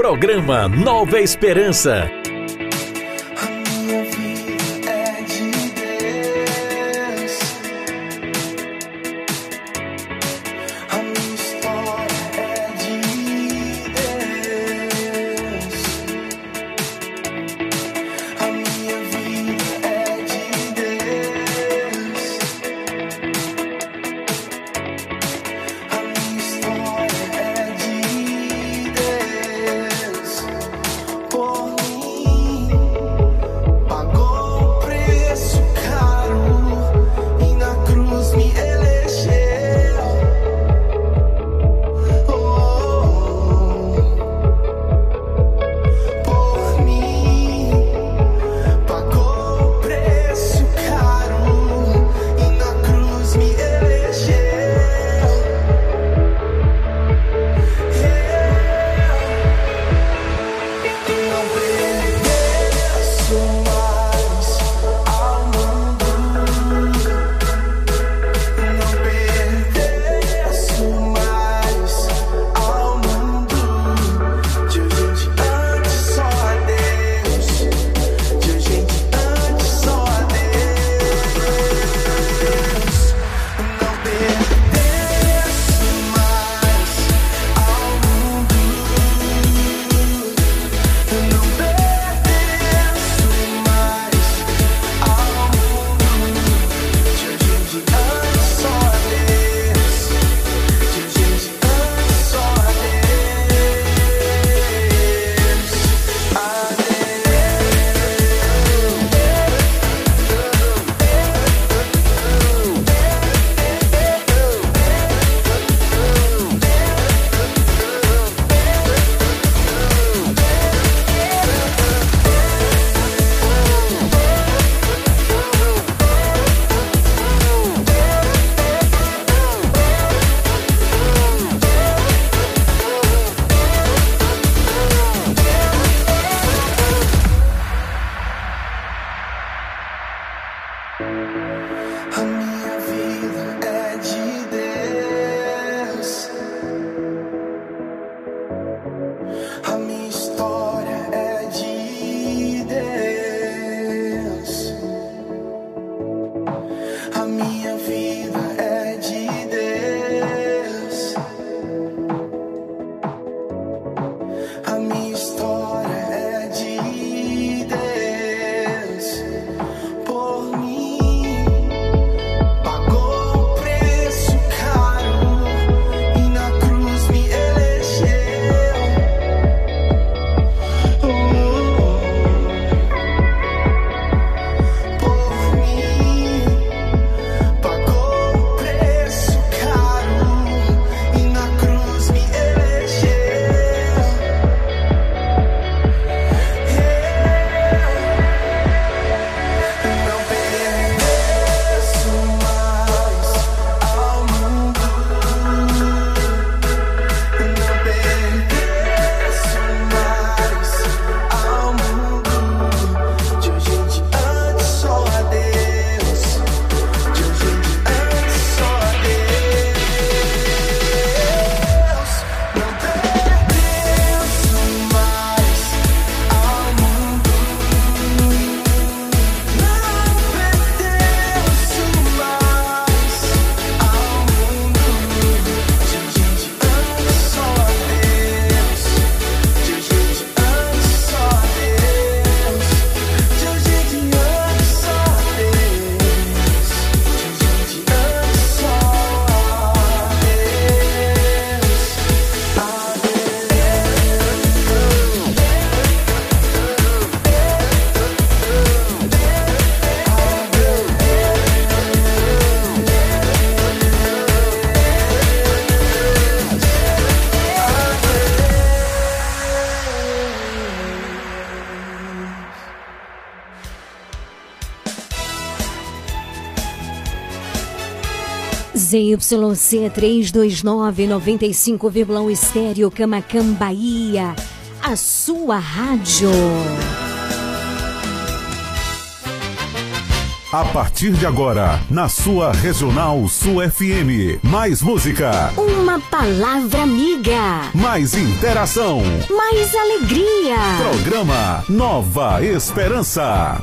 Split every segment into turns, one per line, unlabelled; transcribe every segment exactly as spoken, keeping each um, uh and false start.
Programa Nova Esperança.
Z Y C trezentos e vinte e nove, noventa e cinco vírgula um Estéreo Camaquã, Bahia, a sua rádio.
A partir de agora, na sua Regional Sul F M. Mais música.
Uma palavra amiga.
Mais interação.
Mais alegria.
Programa Nova Esperança.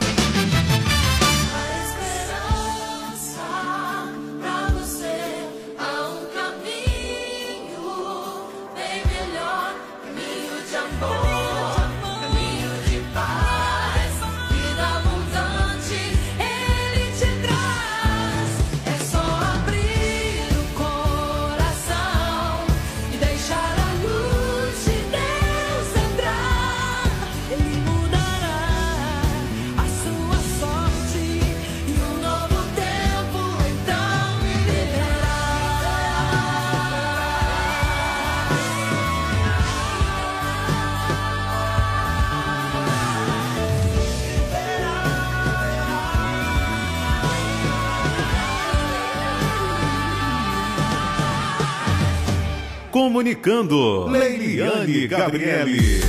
Comunicando, Leiliane Gabriele.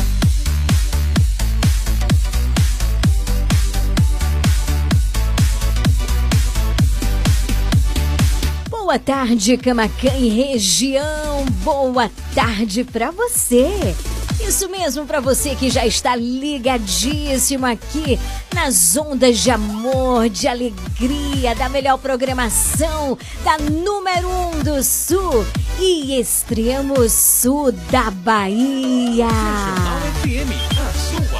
Boa tarde, Camaquã e região. Boa tarde para você. Isso mesmo, para você que já está ligadíssimo aqui nas ondas de amor, de alegria, da melhor programação, da número um do Sul e extremo sul da Bahia.
Regional F M, a sua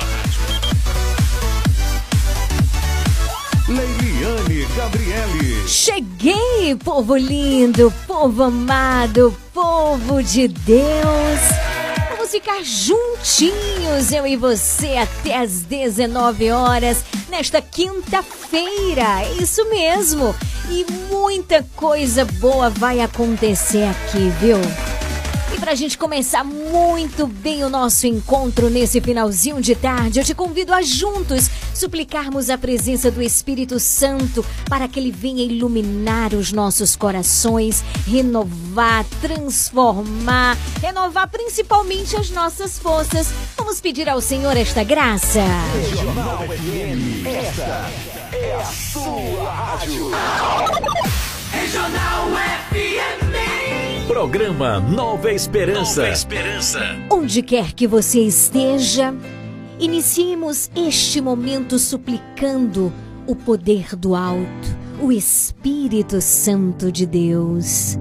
rádio.
Leiliane Gabriele.
Cheguei, povo lindo, povo amado, povo de Deus. Vamos ficar juntinhos, eu e você, até às dezenove horas, nesta quinta-feira. É isso mesmo. E muita coisa boa vai acontecer aqui, viu? E pra gente começar muito bem o nosso encontro nesse finalzinho de tarde, eu te convido a juntos suplicarmos a presença do Espírito Santo para que ele venha iluminar os nossos corações, renovar, transformar, renovar principalmente as nossas forças. Vamos pedir ao Senhor esta graça.
Regional F M, esta é a sua rádio.
Regional F M. Programa Nova Esperança. Nova Esperança.
Onde quer que você esteja, iniciemos este momento suplicando o poder do alto, o Espírito Santo de Deus.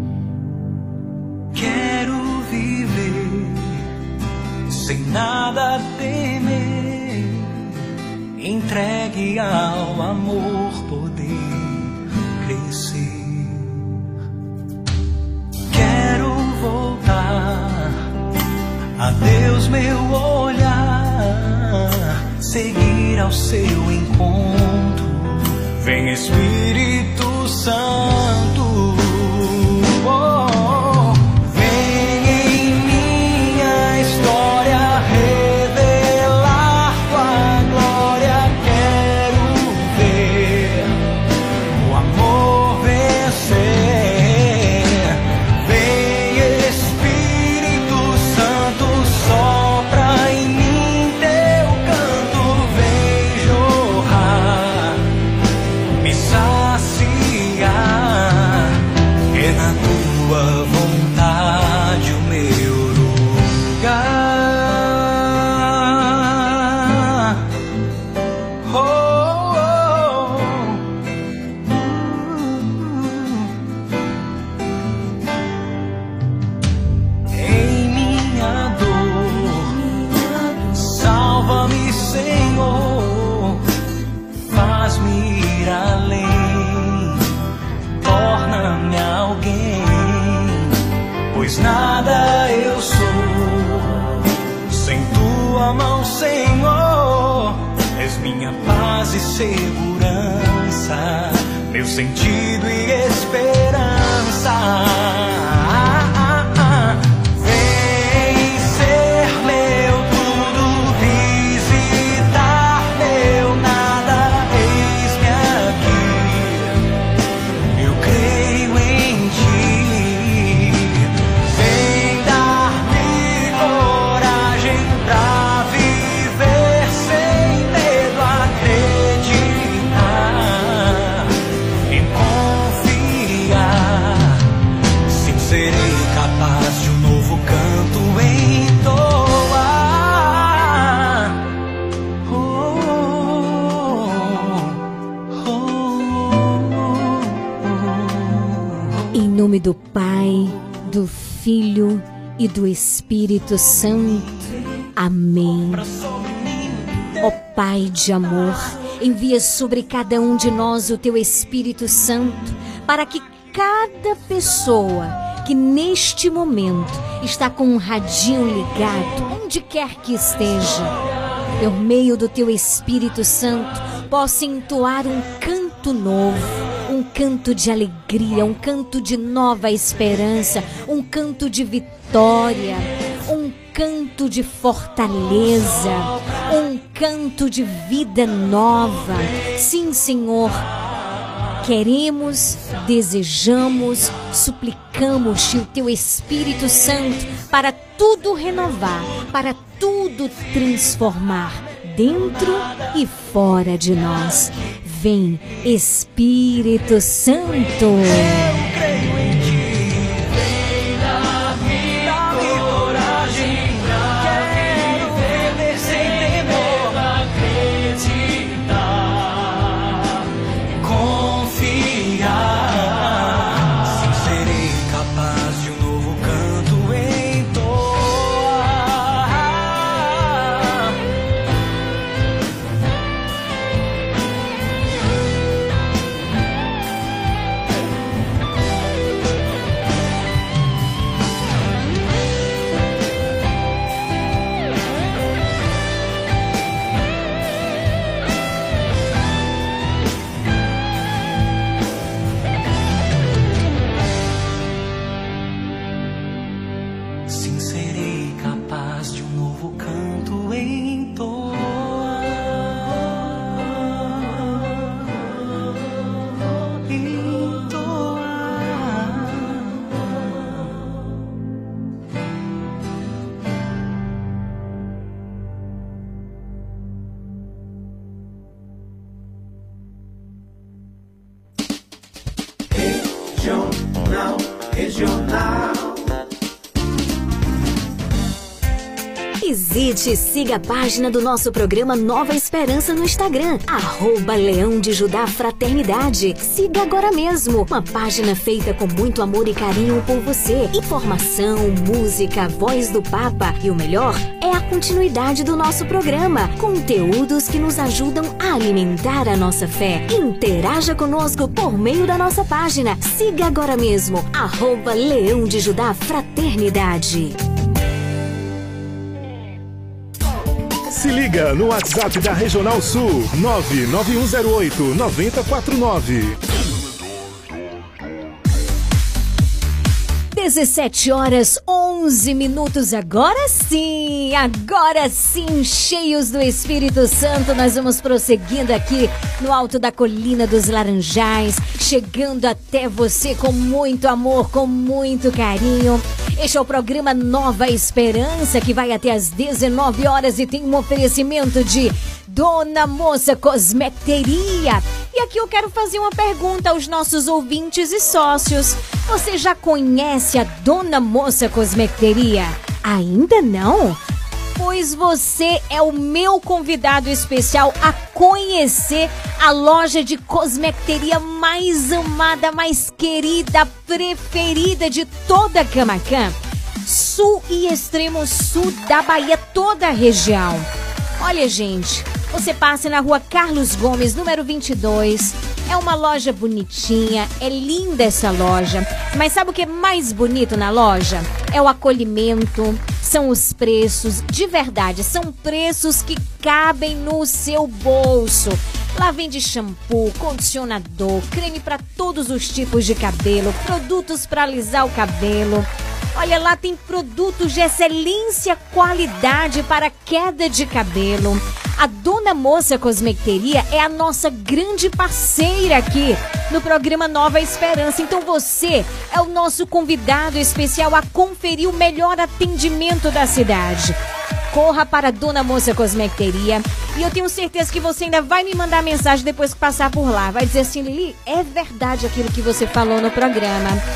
Quero viver sem nada temer, entregue ao amor poder crescer. Quero voltar a Deus, meu olhar, seguir ao seu encontro. Vem Espírito Santo, oh, vem em minha história revelar tua glória. Quero ver o amor vencer. Nada eu sou sem tua mão, Senhor. És minha paz e segurança, meu sentido e esperança. Vem ser meu tudo, visitar meu nada. Eis-me aqui, eu creio em ti. Pra viver sem medo, acreditar
nome do Pai, do Filho e do Espírito Santo. Amém. Ó Pai de amor, envia sobre cada um de nós o Teu Espírito Santo, para que cada pessoa que neste momento está com um radinho ligado, onde quer que esteja, por meio do Teu Espírito Santo, possa entoar um canto novo, um canto de alegria, um canto de nova esperança, um canto de vitória, um canto de fortaleza, um canto de vida nova. Sim, Senhor, queremos, desejamos, suplicamos-te o Teu Espírito Santo para tudo renovar, para tudo transformar, dentro e fora de nós. Vem, Espírito Santo.
Eu creio em ti, vem dar-me, dá-me coragem, quero viver sem temor, acreditar, confiar. Sim, serei capaz de um novo canto entoar. Sim, serei capaz de um novo canto entoar. Regional, regional.
Visite e siga a página do nosso programa Nova Esperança no Instagram, arroba Leão de Judá Fraternidade. Siga agora mesmo, uma página feita com muito amor e carinho por você. Informação, música, voz do Papa e o melhor é a continuidade do nosso programa. Conteúdos que nos ajudam a alimentar a nossa fé. Interaja conosco por meio da nossa página. Siga agora mesmo, arroba Leão de Judá Fraternidade.
Se liga no WhatsApp da Regional Sul, nove nove um zero oito nove zero quatro nove.
dezessete horas, onze minutos, agora sim, agora sim, cheios do Espírito Santo, nós vamos prosseguindo aqui no alto da Colina dos Laranjais, chegando até você com muito amor, com muito carinho. Este é o programa Nova Esperança, que vai até às dezenove horas e tem um oferecimento de Dona Moça Cosmecteria. E aqui eu quero fazer uma pergunta aos nossos ouvintes e sócios. Você já conhece a Dona Moça Cosmecteria? Ainda não? Pois você é o meu convidado especial a conhecer a loja de cosmecteria mais amada, mais querida, preferida de toda Camaquã, sul e extremo sul da Bahia, toda a região. Olha, gente, você passa na rua Carlos Gomes, número vinte e dois. É uma loja bonitinha, é linda essa loja. Mas sabe o que é mais bonito na loja? É o acolhimento, são os preços, de verdade, são preços que cabem no seu bolso. Lá vende shampoo, condicionador, creme para todos os tipos de cabelo, produtos para alisar o cabelo. Olha, lá tem produtos de excelência, qualidade para queda de cabelo. A Dona Moça Cosmecteria é a nossa grande parceira aqui no programa Nova Esperança. Então você é o nosso convidado especial a conferir o melhor atendimento da cidade. Corra para a Dona Moça Cosmecteria e eu tenho certeza que você ainda vai me mandar mensagem depois que passar por lá. Vai dizer assim: Lili, é verdade aquilo que você falou no programa.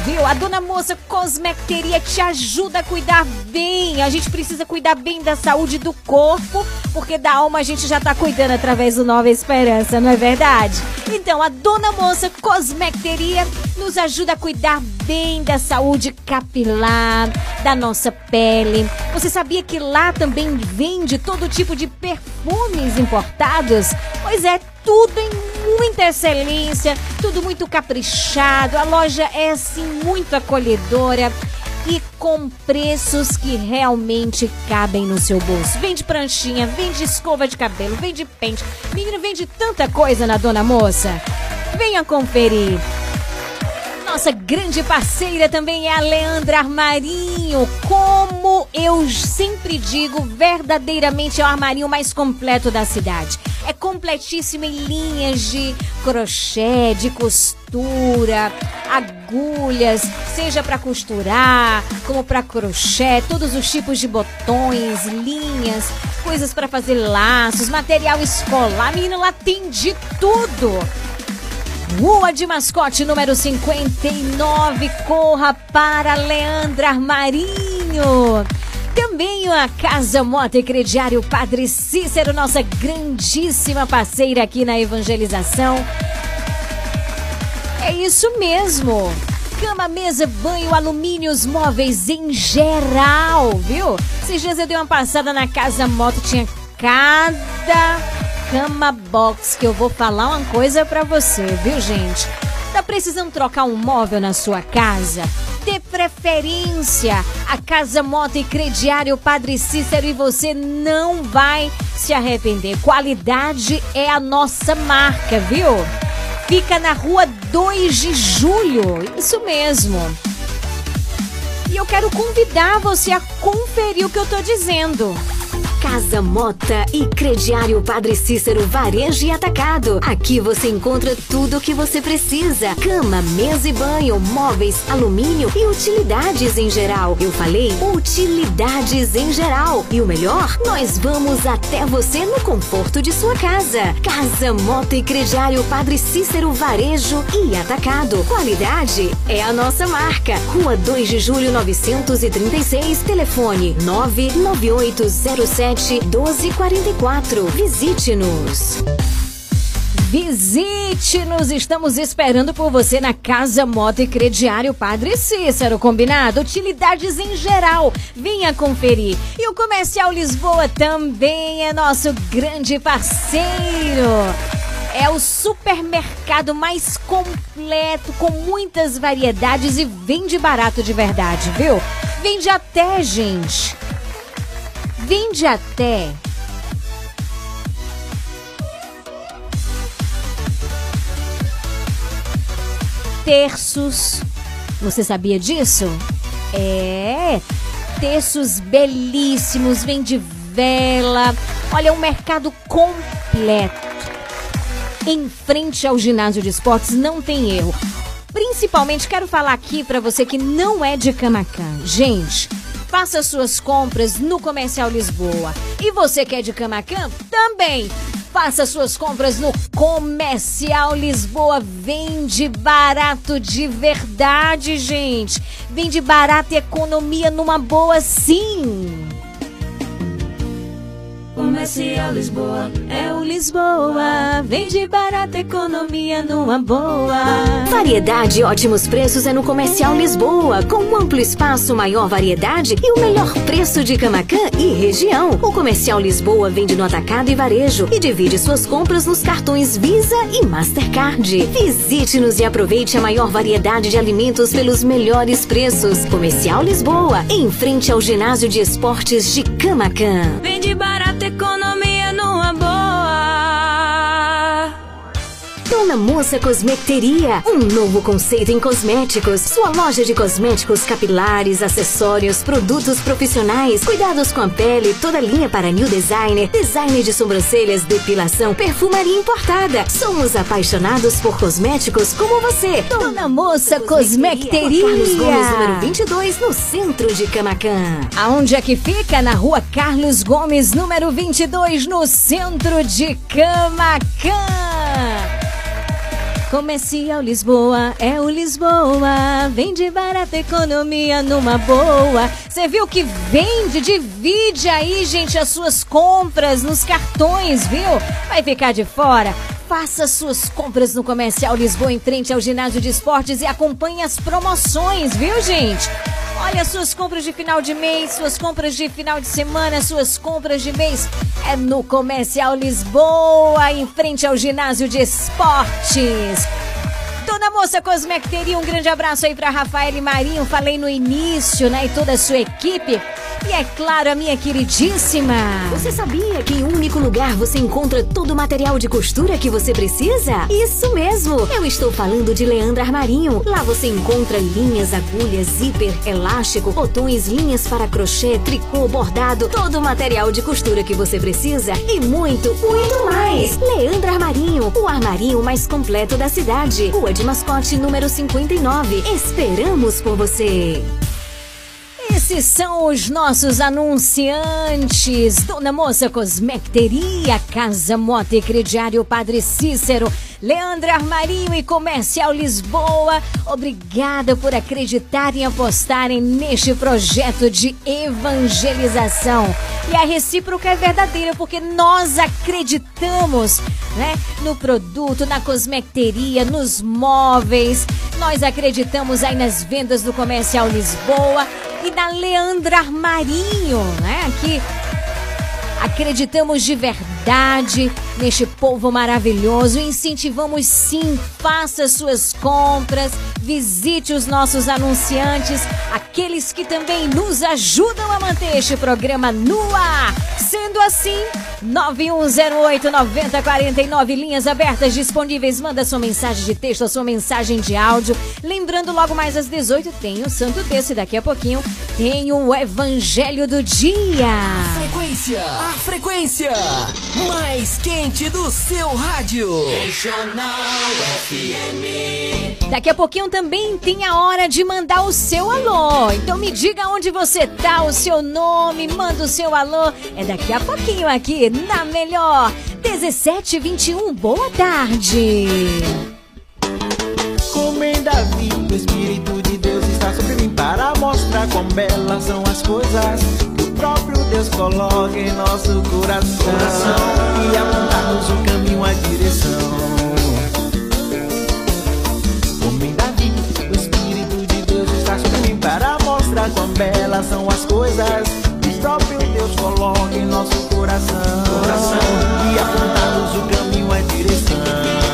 viu? A Dona Moça Cosmecteria te ajuda a cuidar bem. A gente precisa cuidar bem da saúde do corpo, porque da alma a gente já tá cuidando através do Nova Esperança, não é verdade? Então, a Dona Moça Cosmecteria nos ajuda a cuidar bem da saúde capilar, da nossa pele. Você sabia que lá também vende todo tipo de perfumes importados? Pois é, tudo em muita excelência, tudo muito caprichado. A loja é assim muito acolhedora e com preços que realmente cabem no seu bolso. Vende pranchinha, vende escova de cabelo, vende pente. Menino, vende tanta coisa na Dona Moça. Venha conferir. Nossa grande parceira também é a Leandra Armarinho. Como eu sempre digo, verdadeiramente é o armarinho mais completo da cidade. É completíssimo em linhas de crochê, de costura, agulhas, seja para costurar, como para crochê, todos os tipos de botões, linhas, coisas para fazer laços, material escolar. Menino, lá tem de tudo. Rua de Mascote, número cinquenta e nove. Corra para Leandra Armarinho. Também a Casa Moto e Crediário Padre Cícero, nossa grandíssima parceira aqui na evangelização. É isso mesmo. Cama, mesa, banho, alumínios, móveis em geral, viu? Esses dias eu dei uma passada na Casa Moto, tinha cada cama box que eu vou falar uma coisa pra você, viu, gente? Tá precisando trocar um móvel na sua casa? Dê preferência a Casa Moto e Crediário Padre Cícero e você não vai se arrepender. Qualidade é a nossa marca, viu? Fica na rua dois de julho, isso mesmo. E eu quero convidar você a conferir o que eu tô dizendo.
Casa Mota e Crediário Padre Cícero Varejo e Atacado. Aqui você encontra tudo o que você precisa. Cama, mesa e banho, móveis, alumínio e utilidades em geral. Eu falei utilidades em geral. E o melhor, nós vamos até você no conforto de sua casa. Casa Mota e Crediário Padre Cícero Varejo e Atacado. Qualidade é a nossa marca. Rua dois de julho novecentos e trinta e seis. Telefone nove nove oito zero sete doze quarenta e quatro. Visite-nos.
Visite-nos, estamos esperando por você na Casa Moto e Crediário Padre Cícero, combinado? Utilidades em geral, venha conferir. E o Comercial Lisboa também é nosso grande parceiro. É o supermercado mais completo, com muitas variedades e vende barato de verdade, viu? Vende até, gente. Vende até terços. Você sabia disso? É, terços belíssimos, vende vela. Olha, um mercado completo. Em frente ao ginásio de esportes, não tem erro. Principalmente, quero falar aqui para você que não é de Camaquã. Gente, faça suas compras no Comercial Lisboa. E você que é de Camaquã, também faça suas compras no Comercial Lisboa. Vende barato de verdade, gente. Vende barato e economia numa boa, sim. Comercial Lisboa é o Lisboa. Vende barata, economia numa boa.
Variedade e ótimos preços é no Comercial Lisboa. Com um amplo espaço, maior variedade e o melhor preço de Camaquã e região. O Comercial Lisboa vende no atacado e varejo e divide suas compras nos cartões Visa e Mastercard. Visite-nos e aproveite a maior variedade de alimentos pelos melhores preços. Comercial Lisboa, em frente ao ginásio de esportes de Camaquã.
Vende barata, economia numa boa.
Dona Moça Cosmecteria, um novo conceito em cosméticos. Sua loja de cosméticos capilares, acessórios, produtos profissionais, cuidados com a pele, toda linha para new designer, designer de sobrancelhas, depilação, perfumaria importada. Somos apaixonados por cosméticos como você.
Dona Moça Cosmecteria.
Carlos Gomes, número vinte e dois, no centro de Camaquã.
Aonde é que fica? Na rua Carlos Gomes, número vinte e dois, no centro de Camaquã. Comercial Lisboa, é o Lisboa. Vende barata, economia numa boa. Você viu que vende? Divide aí, gente, as suas compras nos cartões, viu? Vai ficar de fora? Faça suas compras no Comercial Lisboa em frente ao ginásio de esportes e acompanhe as promoções, viu, gente? Olha, suas compras de final de mês, suas compras de final de semana, suas compras de mês é no Comercial Lisboa, em frente ao ginásio de esportes. Dona Moça Cosmecteria, um grande abraço aí para Rafael e Marinho, falei no início, né, e toda a sua equipe. E é claro, a minha queridíssima.
Você sabia que em um único lugar você encontra todo o material de costura que você precisa? Isso mesmo! Eu estou falando de Leandro Armarinho. Lá você encontra linhas, agulhas, zíper, elástico, botões, linhas para crochê, tricô, bordado, todo o material de costura que você precisa e muito, muito mais. Leandro Armarinho, o armarinho mais completo da cidade. Rua de Mascote, número cinquenta e nove. Esperamos por você.
Esses são os nossos anunciantes. Dona Moça Cosmecteria, Casa Mota e Crediário Padre Cícero, Leandro Armarinho e Comercial Lisboa. Obrigada por acreditarem e apostarem neste projeto de evangelização. E a recíproca é verdadeira, porque nós acreditamos, né, no produto, na cosmecteria, nos móveis. Nós acreditamos aí nas vendas do Comercial Lisboa e da Leandro Armarinho, né? Aqui acreditamos de verdade neste povo maravilhoso. Incentivamos sim, faça suas compras, visite os nossos anunciantes, aqueles que também nos ajudam a manter este programa no ar. Sendo assim, nove um zero oito, nove zero quatro nove, linhas abertas disponíveis. Manda sua mensagem de texto, a sua mensagem de áudio. Lembrando, logo mais às dezoito tem o Santo Texto e daqui a pouquinho tem o Evangelho do Dia.
A frequência, a frequência mais quente do seu rádio. Regional F M.
Daqui a pouquinho também tem a hora de mandar o seu alô. Então me diga onde você tá, o seu nome, manda o seu alô. É daqui a pouquinho aqui na Melhor. dezessete e vinte e um, boa tarde.
Como em Davi, o Espírito de Deus está sobre mim para mostrar quão belas são as coisas que o próprio Deus coloca em nosso coração, coração. E apontar-nos o caminho, a direção. Como em Davi, o Espírito de Deus está sobre mim para mostrar quão belas são as coisas que o próprio Deus coloca em nosso coração, coração. E apontar-nos o caminho, a direção.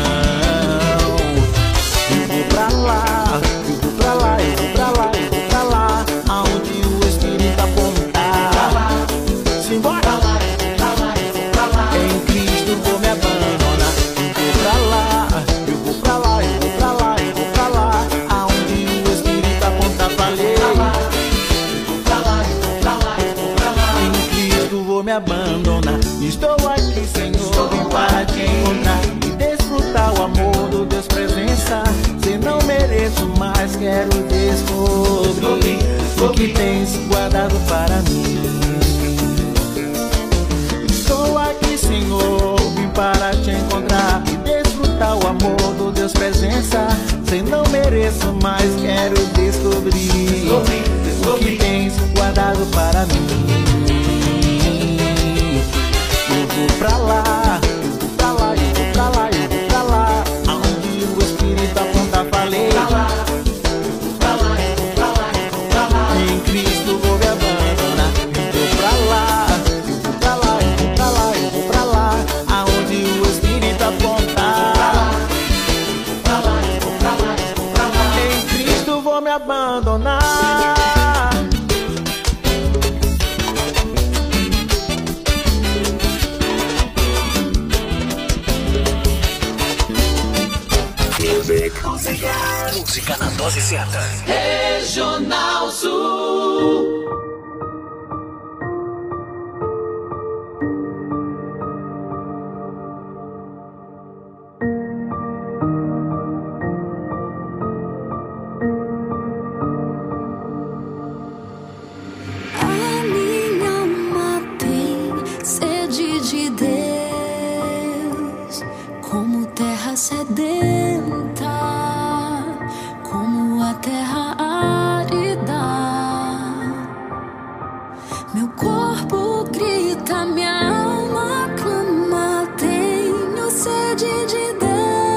Pra lá, eu vou pra lá, eu vou pra lá, eu vou pra lá, aonde o Espírito apontar. Simbora! Pra lá, pra lá, eu vou pra lá. Em Cristo vou me abandonar. Eu vou pra lá, eu vou pra lá, eu vou pra lá, eu vou pra lá, aonde o Espírito apontar. Falei. Pra lá, eu vou pra lá, eu vou pra lá, eu vou pra lá. Em Cristo vou me abandonar. Estou aqui, Senhor, vim para te encontrar e desfrutar o amor do Deus presença. Se não mereço mais, quero descobrir o que tens guardado para mim. Estou aqui, Senhor, vim para te encontrar e desfrutar o amor do Deus presença. Se não mereço mais, quero descobrir o que tens guardado para mim. Eu vou pra lá, eu vou pra lá, eu vou pra lá, eu vou pra lá, aonde o Espírito aponta. Falei. Pra lá, eu vou pra lá, eu vou pra lá, eu vou pra lá. Em Cristo vou me abandonar. Eu vou pra lá, eu vou pra lá, eu vou pra lá, eu vou pra lá, aonde o Espírito apontar. Eu vou pra lá, eu vou pra lá, eu vou pra lá. Em Cristo vou me abandonar.
Música, música na dose certa.
Regional Sul.
A minha alma tem sede de Deus, como terra terra sedenta, como a terra árida. Meu corpo grita, minha alma clama, tenho sede de Deus.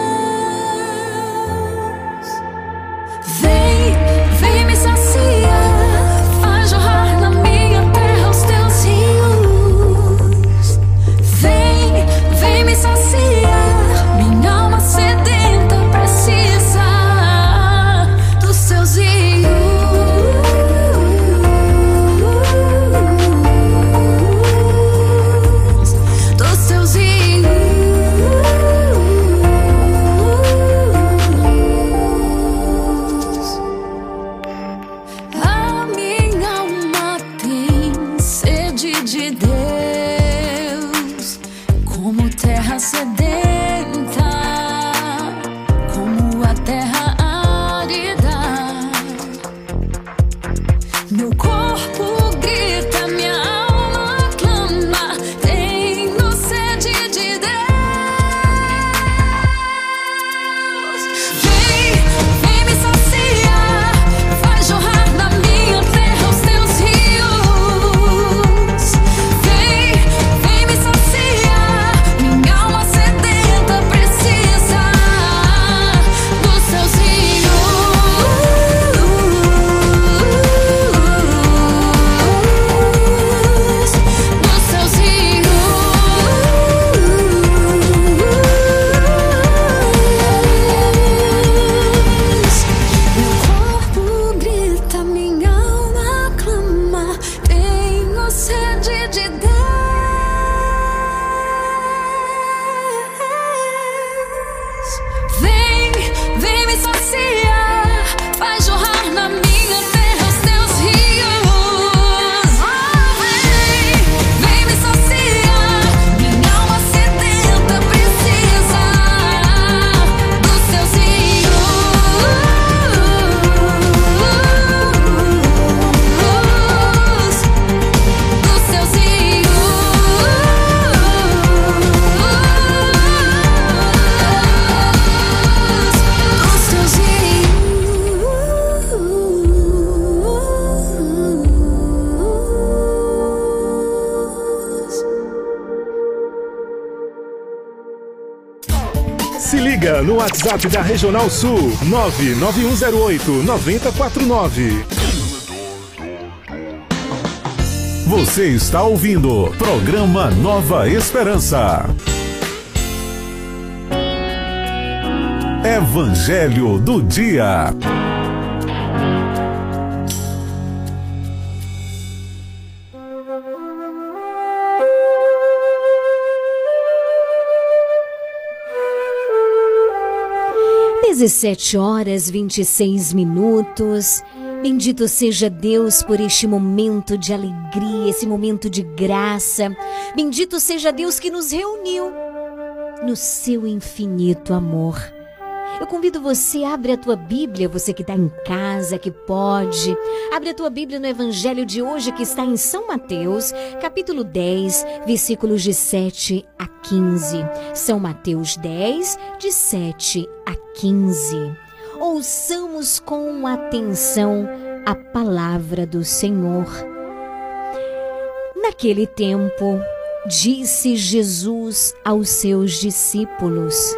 Vem, vem me saciar, faz jorrar na minha terra os teus rios. Vem, vem me saciar, minha alma sedenta precisa dos seus rios. Dos seus rios. A minha alma tem sede de Deus, como terra sedenta, como a terra árida. Meu corpo grita, minha alma clama, tenho sede de Deus. Vem, vem me saciar, faz jorrar na minha terra os teus rios. Vem, vem me saciar, minha alma sedenta precisa dos seus rios. Dos seus rios. Meu corpo grita, minha alma clama, tenho sede de Deus. Vem, vem me saciar, faz jorrar na minha terra os teus rios. Vem, vem me saciar, minha alma sedenta precisa dos seus rios. Dos seus rios. Dos seus rios.
Se liga no WhatsApp da Regional Sul, nove nove um zero oito nove zero quatro nove.
Você está ouvindo programa Nova Esperança. Evangelho do Dia.
dezessete horas vinte e seis minutos. Bendito seja Deus por este momento de alegria, esse momento de graça. Bendito seja Deus que nos reuniu no seu infinito amor. Eu convido você, abre a tua Bíblia, você que está em casa, que pode. Abre a tua Bíblia no Evangelho de hoje, que está em São Mateus, capítulo dez, versículos de sete a quinze. São Mateus dez, de sete a quinze. Ouçamos com atenção a palavra do Senhor. Naquele tempo, disse Jesus aos seus discípulos: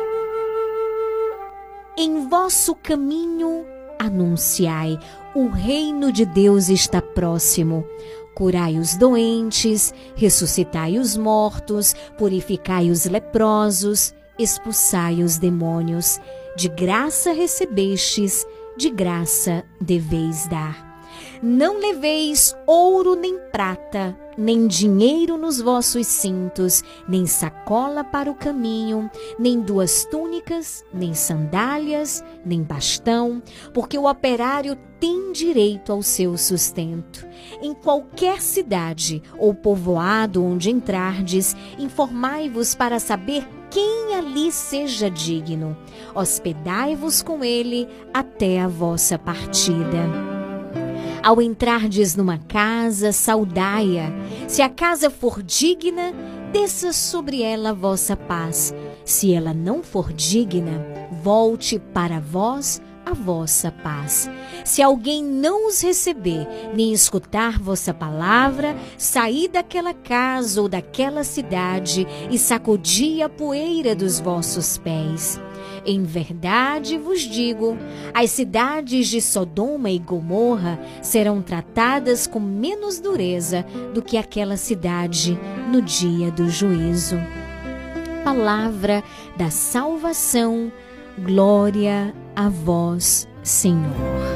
em vosso caminho anunciai, o reino de Deus está próximo. Curai os doentes, ressuscitai os mortos, purificai os leprosos, expulsai os demônios. De graça recebestes, de graça deveis dar. Não leveis ouro nem prata, nem dinheiro nos vossos cintos, nem sacola para o caminho, nem duas túnicas, nem sandálias, nem bastão, porque o operário tem direito ao seu sustento. Em qualquer cidade ou povoado onde entrardes, informai-vos para saber quem ali seja digno. Hospedai-vos com ele até a vossa partida. Ao entrardes numa casa, saudai-a. Se a casa for digna, desça sobre ela a vossa paz. Se ela não for digna, volte para vós a vossa paz. Se alguém não os receber, nem escutar vossa palavra, saí daquela casa ou daquela cidade e sacudi a poeira dos vossos pés. Em verdade vos digo, as cidades de Sodoma e Gomorra serão tratadas com menos dureza do que aquela cidade no dia do juízo. Palavra da salvação, glória a vós, Senhor.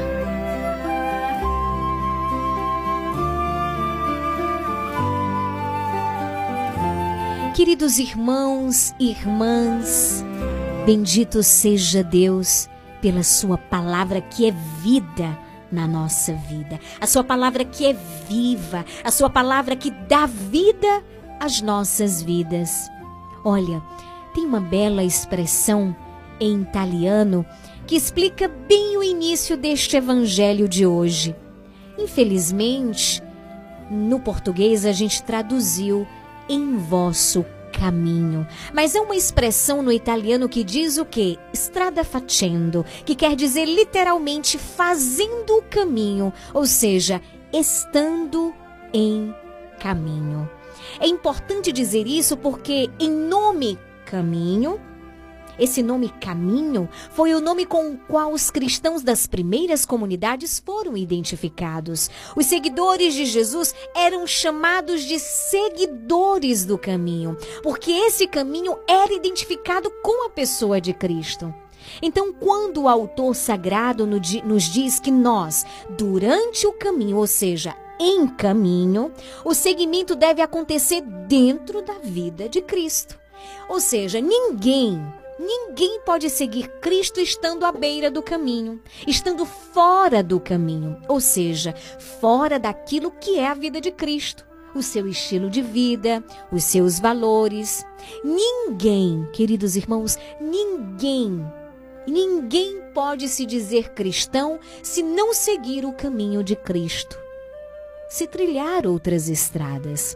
Queridos irmãos e irmãs, bendito seja Deus pela sua palavra que é vida na nossa vida. A sua palavra que é viva, a sua palavra que dá vida às nossas vidas. Olha, tem uma bela expressão em italiano que explica bem o início deste evangelho de hoje. Infelizmente, no português a gente traduziu em vosso caminho. Mas é uma expressão no italiano que diz o quê? Strada facendo, que quer dizer literalmente fazendo o caminho, ou seja, estando em caminho. É importante dizer isso porque em nome caminho, esse nome caminho foi o nome com o qual os cristãos das primeiras comunidades foram identificados. Os seguidores de Jesus eram chamados de seguidores do caminho, porque esse caminho era identificado com a pessoa de Cristo. Então, quando o autor sagrado nos diz que nós, durante o caminho, ou seja, em caminho, o seguimento deve acontecer dentro da vida de Cristo. Ou seja, ninguém... Ninguém pode seguir Cristo estando à beira do caminho, estando fora do caminho, ou seja, fora daquilo que é a vida de Cristo, o seu estilo de vida, os seus valores. Ninguém, queridos irmãos, ninguém, ninguém pode se dizer cristão se não seguir o caminho de Cristo, se trilhar outras estradas.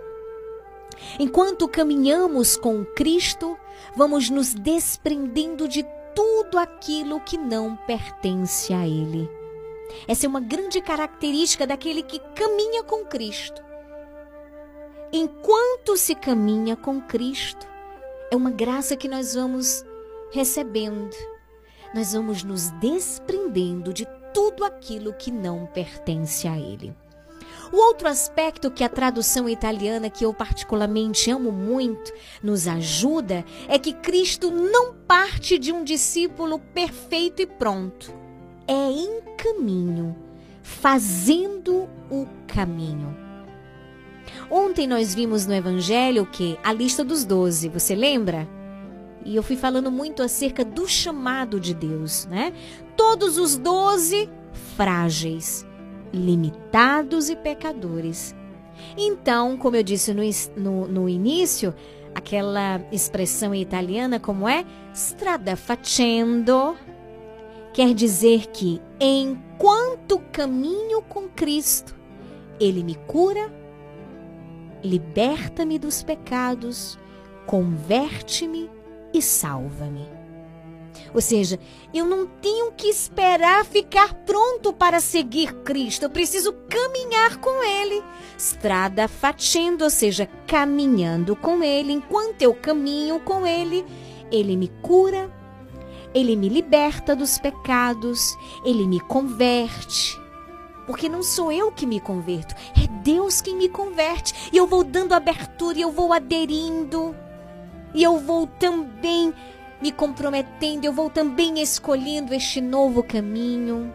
Enquanto caminhamos com Cristo, vamos nos desprendendo de tudo aquilo que não pertence a Ele. Essa é uma grande característica daquele que caminha com Cristo. Enquanto se caminha com Cristo, é uma graça que nós vamos recebendo. Nós vamos nos desprendendo de tudo aquilo que não pertence a Ele. O outro aspecto que a tradução italiana, que eu particularmente amo muito, nos ajuda, é que Cristo não parte de um discípulo perfeito e pronto. É em caminho, fazendo o caminho. Ontem nós vimos no Evangelho que a lista dos doze, você lembra? E eu fui falando muito acerca do chamado de Deus, né? Todos os doze frágeis, limitados e pecadores. Então, como eu disse no, no, no início, aquela expressão italiana como é strada facendo, quer dizer que enquanto caminho com Cristo, Ele me cura, liberta-me dos pecados, converte-me e salva-me. Ou seja, eu não tenho que esperar ficar pronto para seguir Cristo. Eu preciso caminhar com Ele. Strada facendo, ou seja, caminhando com Ele. Enquanto eu caminho com Ele, Ele me cura, Ele me liberta dos pecados, Ele me converte. Porque não sou eu que me converto, é Deus quem me converte. E eu vou dando abertura, e eu vou aderindo, e eu vou também me comprometendo, eu vou também escolhendo este novo caminho.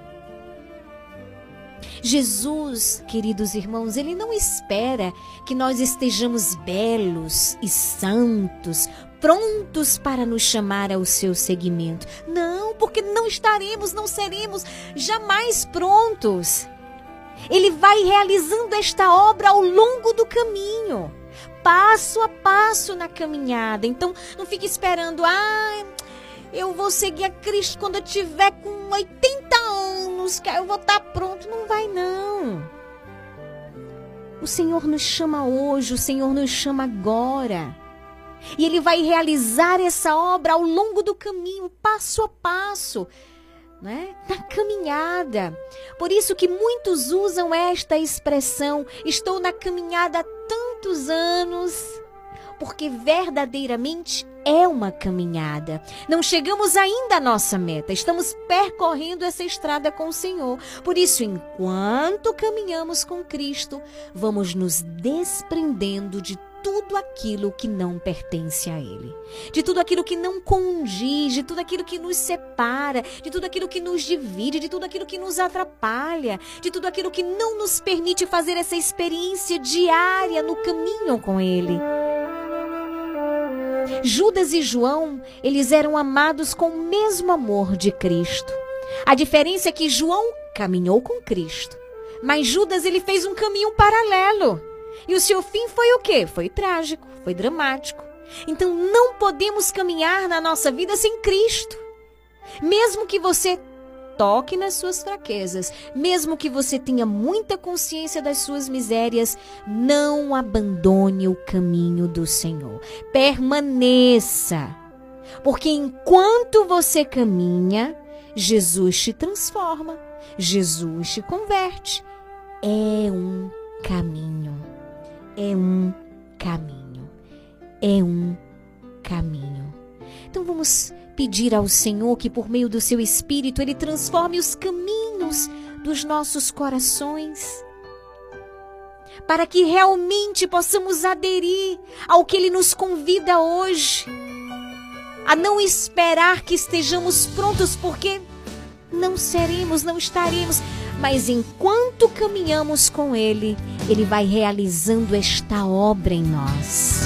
Jesus, queridos irmãos, Ele não espera que nós estejamos belos e santos, prontos para nos chamar ao seu seguimento. Não, porque não estaremos, não seremos jamais prontos. Ele vai realizando esta obra ao longo do caminho, passo a passo na caminhada. Então, não fique esperando, ah, eu vou seguir a Cristo quando eu tiver com oitenta anos, que eu vou estar pronto. Não vai, não. O Senhor nos chama hoje, o Senhor nos chama agora. E Ele vai realizar essa obra ao longo do caminho, passo a passo, né? Na caminhada. Por isso que muitos usam esta expressão, estou na caminhada há tantos anos, porque verdadeiramente é uma caminhada. Não chegamos ainda à nossa meta, estamos percorrendo essa estrada com o Senhor. Por isso, enquanto caminhamos com Cristo, vamos nos desprendendo de tudo aquilo que não pertence a Ele, de tudo aquilo que não condiz, de tudo aquilo que nos separa, de tudo aquilo que nos divide, de tudo aquilo que nos atrapalha, de tudo aquilo que não nos permite fazer essa experiência diária no caminho com Ele. Judas e João, eles eram amados com o mesmo amor de Cristo. A diferença é que João caminhou com Cristo, mas Judas, ele fez um caminho paralelo. E o seu fim foi o quê? Foi trágico, foi dramático. Então não podemos caminhar na nossa vida sem Cristo. Mesmo que você toque nas suas fraquezas, mesmo que você tenha muita consciência das suas misérias, não abandone o caminho do Senhor. Permaneça. Porque enquanto você caminha, Jesus te transforma, Jesus te converte. É um caminho. É um caminho, é um caminho. Então vamos pedir ao Senhor que por meio do seu Espírito Ele transforme os caminhos dos nossos corações, para que realmente possamos aderir ao que Ele nos convida hoje, a não esperar que estejamos prontos, porque não seremos, não estaremos. Mas enquanto caminhamos com Ele, Ele vai realizando esta obra em nós.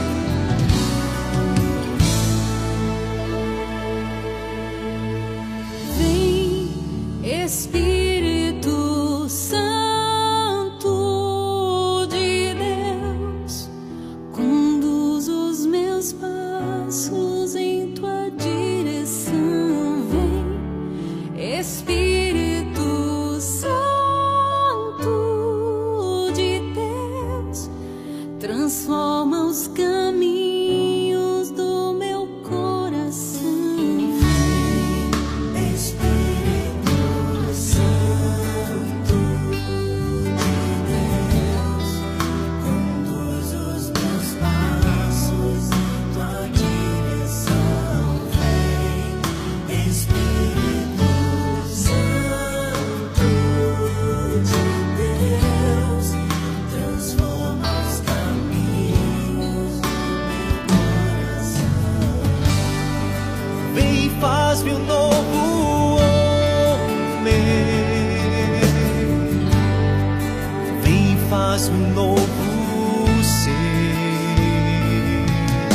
Vem, Espírito Santo de Deus, conduz os meus passos em tua direção. Vem, Espírito transforma os caminhos do meu coração. Vem, Espírito Santo de Deus, conduz os meus passos em tua direção. Vem, Espírito Santo de Deus, transforma os
faz-me um novo homem. Vem, faz-me um novo ser,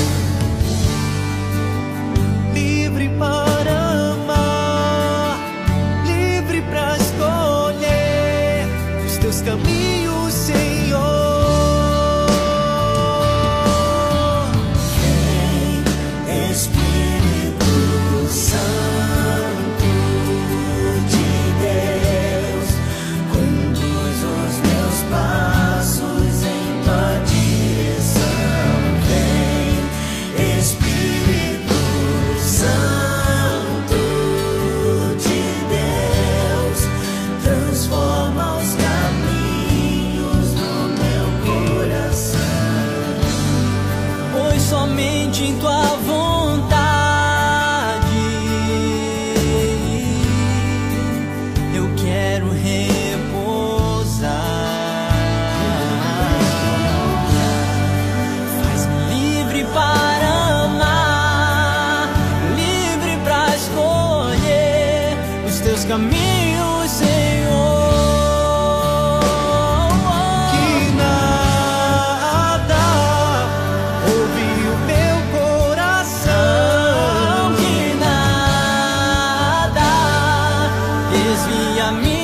livre para amar, livre para escolher os teus caminhos, Senhor. Santo de Deus, conduz os meus passos em tua direção. Vem, Espírito Santo de Deus, transforma os caminhos do meu coração. Pois somente em tua vontade quero repousar. Faz-me livre para amar, livre para escolher os teus caminhos, Senhor. Que nada ouve o meu coração, que nada desvia a minha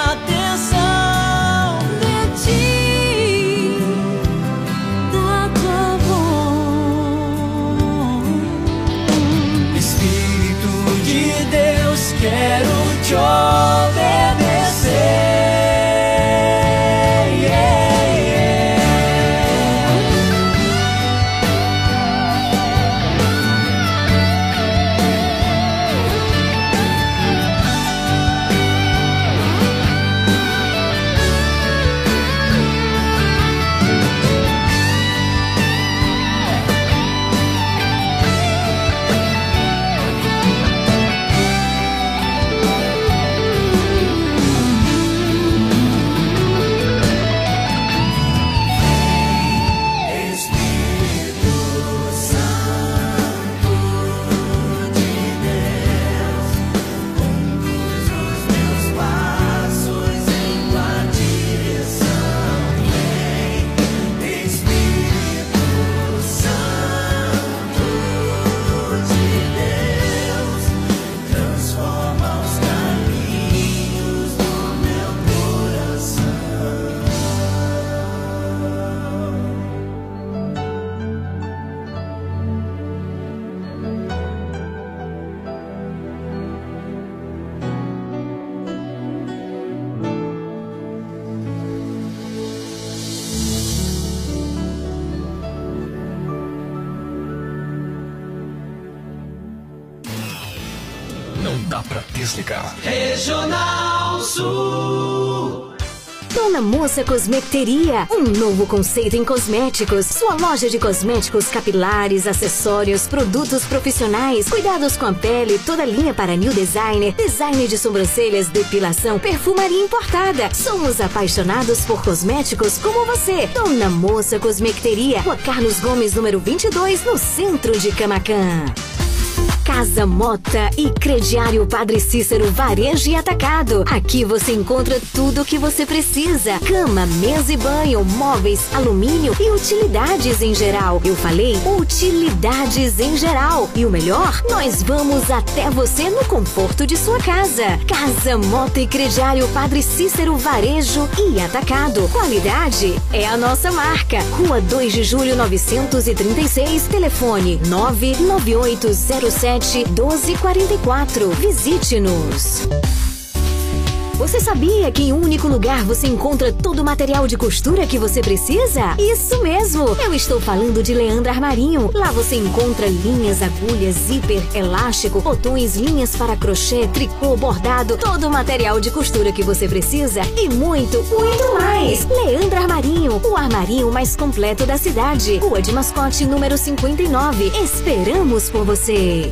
quero te obedecer. Yeah, yeah.
Não dá pra desligar.
Regional Sul.
Dona Moça Cosmecteria, um novo conceito em cosméticos. Sua loja de cosméticos capilares, acessórios, produtos profissionais, cuidados com a pele, toda linha para new designer, design de sobrancelhas, depilação, perfumaria importada. Somos apaixonados por cosméticos como você. Dona Moça Cosmecteria, Rua Carlos Gomes, número vinte e dois, no centro de Camaquã. Casa Mota e Crediário Padre Cícero Varejo e Atacado. Aqui você encontra tudo o que você precisa. Cama, mesa e banho, móveis, alumínio e utilidades em geral. Eu falei utilidades em geral. E o melhor, nós vamos até você no conforto de sua casa. Casa Mota e Crediário Padre Cícero Varejo e Atacado. Qualidade é a nossa marca. Rua dois de julho novecentos e trinta e seis. Telefone nove nove oito zero sete doze quarenta e quatro. Visite-nos. Você sabia que em um único lugar você encontra todo o material de costura que você precisa? Isso mesmo! Eu estou falando de Leandro Armarinho. Lá você encontra linhas, agulhas, zíper, elástico, botões, linhas para crochê, tricô, bordado, todo o material de costura que você precisa e muito, muito mais! Leandro Armarinho, o armarinho mais completo da cidade. Rua de Mascote, número cinquenta e nove. Esperamos por você!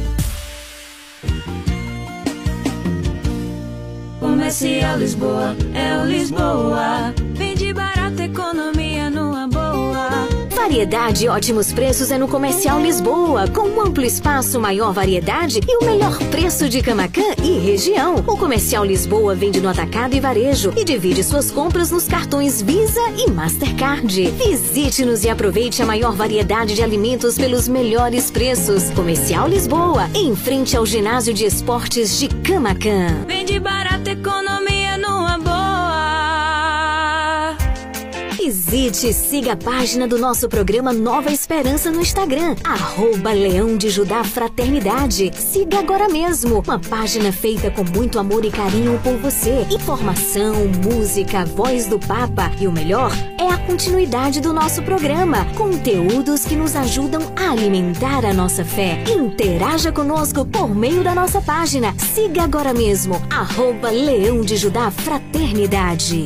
Comercial Lisboa, é o Lisboa. Vende barato, economia numa boa.
Variedade e ótimos preços é no Comercial Lisboa, com um amplo espaço, maior variedade e o melhor preço de Camaquã e região. O Comercial Lisboa vende no atacado e varejo e divide suas compras nos cartões Visa e Mastercard. Visite-nos e aproveite a maior variedade de alimentos pelos melhores preços. Comercial Lisboa, em frente ao Ginásio de Esportes de Camaquã.
Vende barato, economia numa boa.
Visite e siga a página do nosso programa Nova Esperança no Instagram, arroba Leão de Judá Fraternidade. Siga agora mesmo, uma página feita com muito amor e carinho por você. Informação, música, voz do Papa e o melhor é a continuidade do nosso programa. Conteúdos que nos ajudam a alimentar a nossa fé. Interaja conosco por meio da nossa página. Siga agora mesmo, arroba Leão de Judá Fraternidade.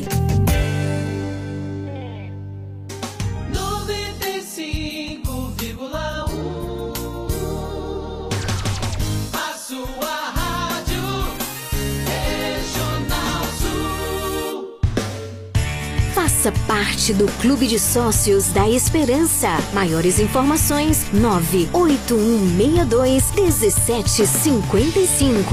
Faça parte do Clube de Sócios da Esperança. Maiores informações nove oito um seis dois um sete cinco cinco.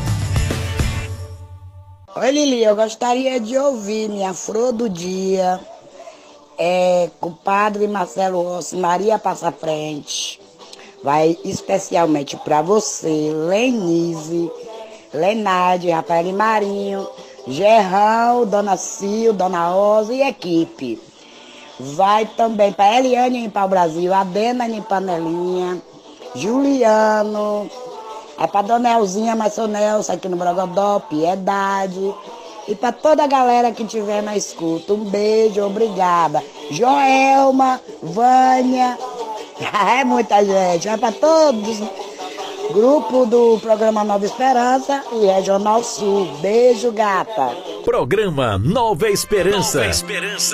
Oi, Lili, eu gostaria de ouvir minha flor do dia é, com o padre Marcelo Rossi, Maria Passa Frente. Vai especialmente para você, Lenise, Lenade, Rafael e Marinho, Gerrão, Dona Sil, Dona Rosa e equipe. Vai também para Eliane em Pau Brasil, Adena em Panelinha, Juliano, é para Dona Elzinha, Marcelo Nelson aqui no Brogodó, Piedade. E para toda a galera que estiver na escuta, um beijo, obrigada. Joelma, Vânia, é muita gente, é para todos. Grupo do programa Nova Esperança e Regional Sul. Beijo, gata.
Programa Nova Esperança. Nova Esperança.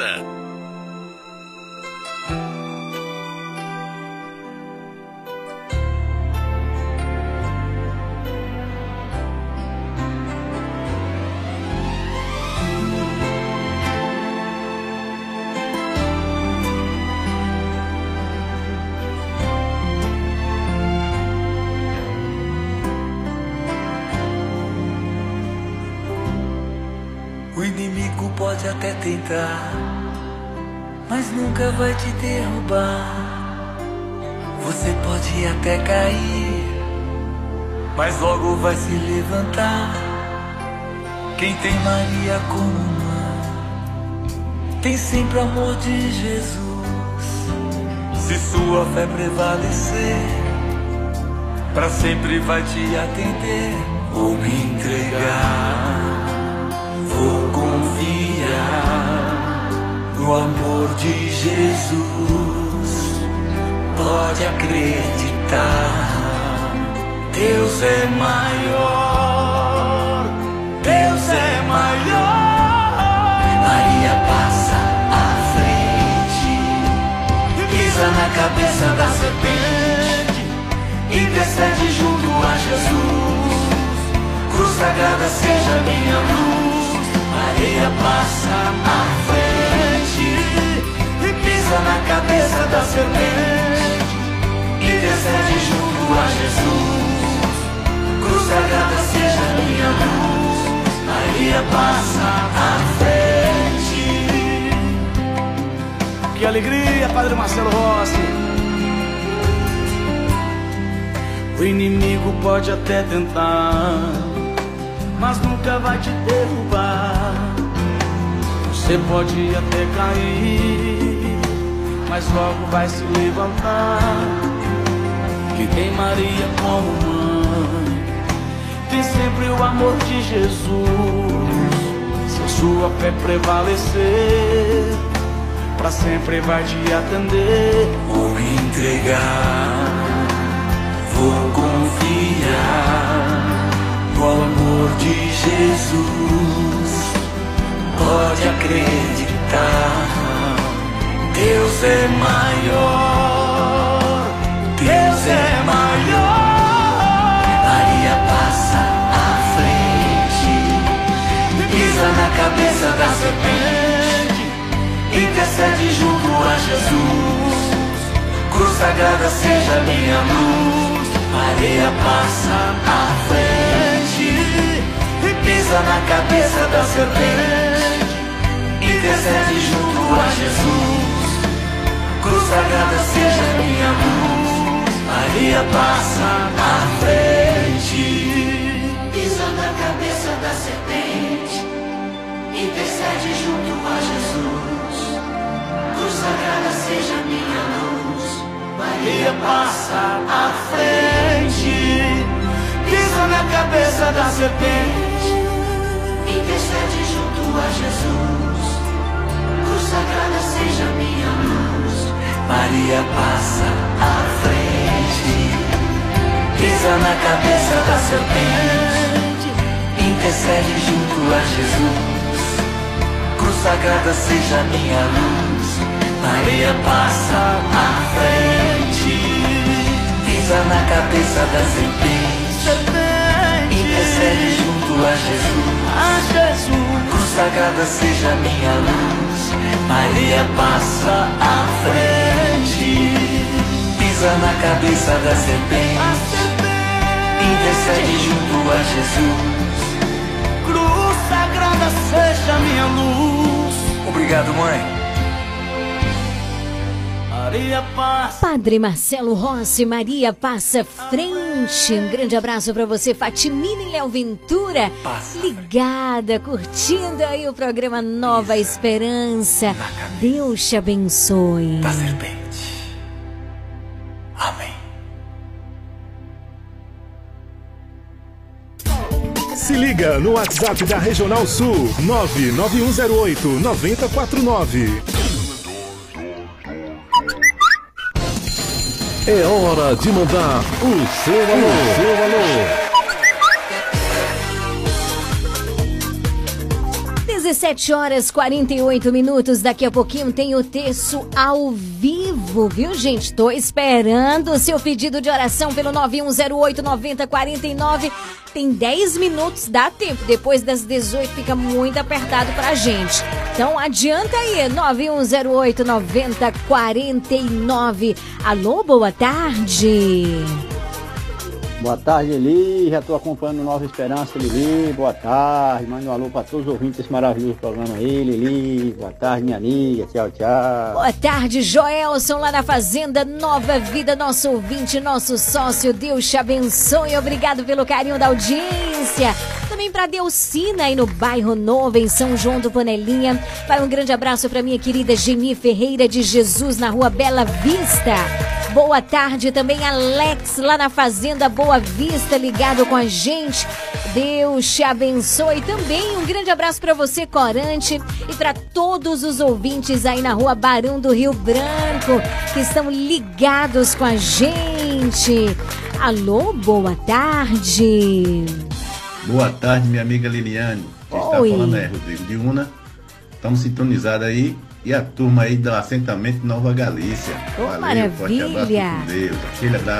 Pode até tentar, mas nunca vai te derrubar. Você pode até cair, mas logo vai se levantar. Quem tem Maria como mãe, tem sempre o amor de Jesus. Se sua fé prevalecer, pra sempre vai te atender. Vou me entregar, vou confiar no amor de Jesus. Pode acreditar, Deus é maior. intercede junto a Jesus. Cruz sagrada seja minha luz. Maria passa à frente e pisa na cabeça da serpente. Intercede junto a Jesus. Cruz sagrada seja minha luz. Maria passa à frente.
Que alegria, Padre Marcelo Rossi. O inimigo pode até tentar, mas nunca vai te derrubar. Você pode até cair, mas logo vai se levantar. Que tem Maria como mãe, tem sempre o amor de Jesus. Se a sua fé prevalecer, pra sempre vai te atender.
Vou me entregar, vou confiar no amor de Jesus. Pode acreditar, Deus é maior, Deus é maior. Maria passa à frente, pisa na cabeça da serpente. Intercede junto a Jesus. Cruz sagrada seja minha luz. Maria passa à frente e pisa na cabeça da serpente. Intercede junto a Jesus. Cruz sagrada seja minha luz. Maria passa à frente, pisa na cabeça da serpente. Intercede junto a Jesus. Cruz sagrada seja minha luz. Maria passa à frente, pisa na cabeça da serpente. Intercede junto a Jesus. Cruz sagrada seja minha luz. Maria passa à frente, pisa na cabeça da serpente. Intercede junto a Jesus. Cruz sagrada seja minha luz. Maria passa à frente, pisa na cabeça da serpente. Intercede junto a Jesus. Cruz sagrada seja minha luz. Maria passa à frente, pisa na cabeça da serpente. Intercede junto a Jesus. Cruz sagrada seja minha luz. Obrigado, mãe. Maria passa.
Padre Marcelo Rossi, Maria passa frente. Um grande abraço pra você, Fatimina e Léo Ventura.
Passa
ligada, curtindo aí o programa Nova Esperança. Deus te abençoe.
Da serpente. Amém.
Se liga no WhatsApp da Regional Sul, nove nove um zero oito nove zero quatro nove.
É hora de mandar o seu alô. O seu alô.
dezessete horas e quarenta e oito minutos. Daqui a pouquinho tem o terço ao vivo, viu, gente? Tô esperando o seu pedido de oração pelo nove um zero oito nove zero quatro nove. Tem dez minutos, dá tempo. Depois das dezoito fica muito apertado pra gente. Então adianta aí, nove um zero oito nove zero quatro nove. Alô, boa tarde.
Boa tarde, Eli. Já estou acompanhando Nova Esperança, Lili. Boa tarde. Manda um alô para todos os ouvintes desse maravilhoso programa aí, Lili. Boa tarde, minha amiga. Tchau, tchau.
Boa tarde, Joelson, lá na Fazenda Nova Vida, nosso ouvinte, nosso sócio. Deus te abençoe. Obrigado pelo carinho da audiência. Também para Delcina aí no bairro Novo, em São João do Panelinha. Vai um grande abraço para minha querida Geni Ferreira de Jesus, na rua Bela Vista. Boa tarde também, Alex, lá na Fazenda Boa Vista, ligado com a gente. Deus te abençoe. Também um grande abraço para você, Corante, e para todos os ouvintes aí na rua Barão do Rio Branco, que estão ligados com a gente. Alô, boa tarde.
Boa tarde, minha amiga Liliane. Quem está falando é Rodrigo de Una. Estamos sintonizados aí. E a turma aí do assentamento Nova Galícia.
Oh, valeu,
maravilha. Forte abraço com Deus. Aquele abraço.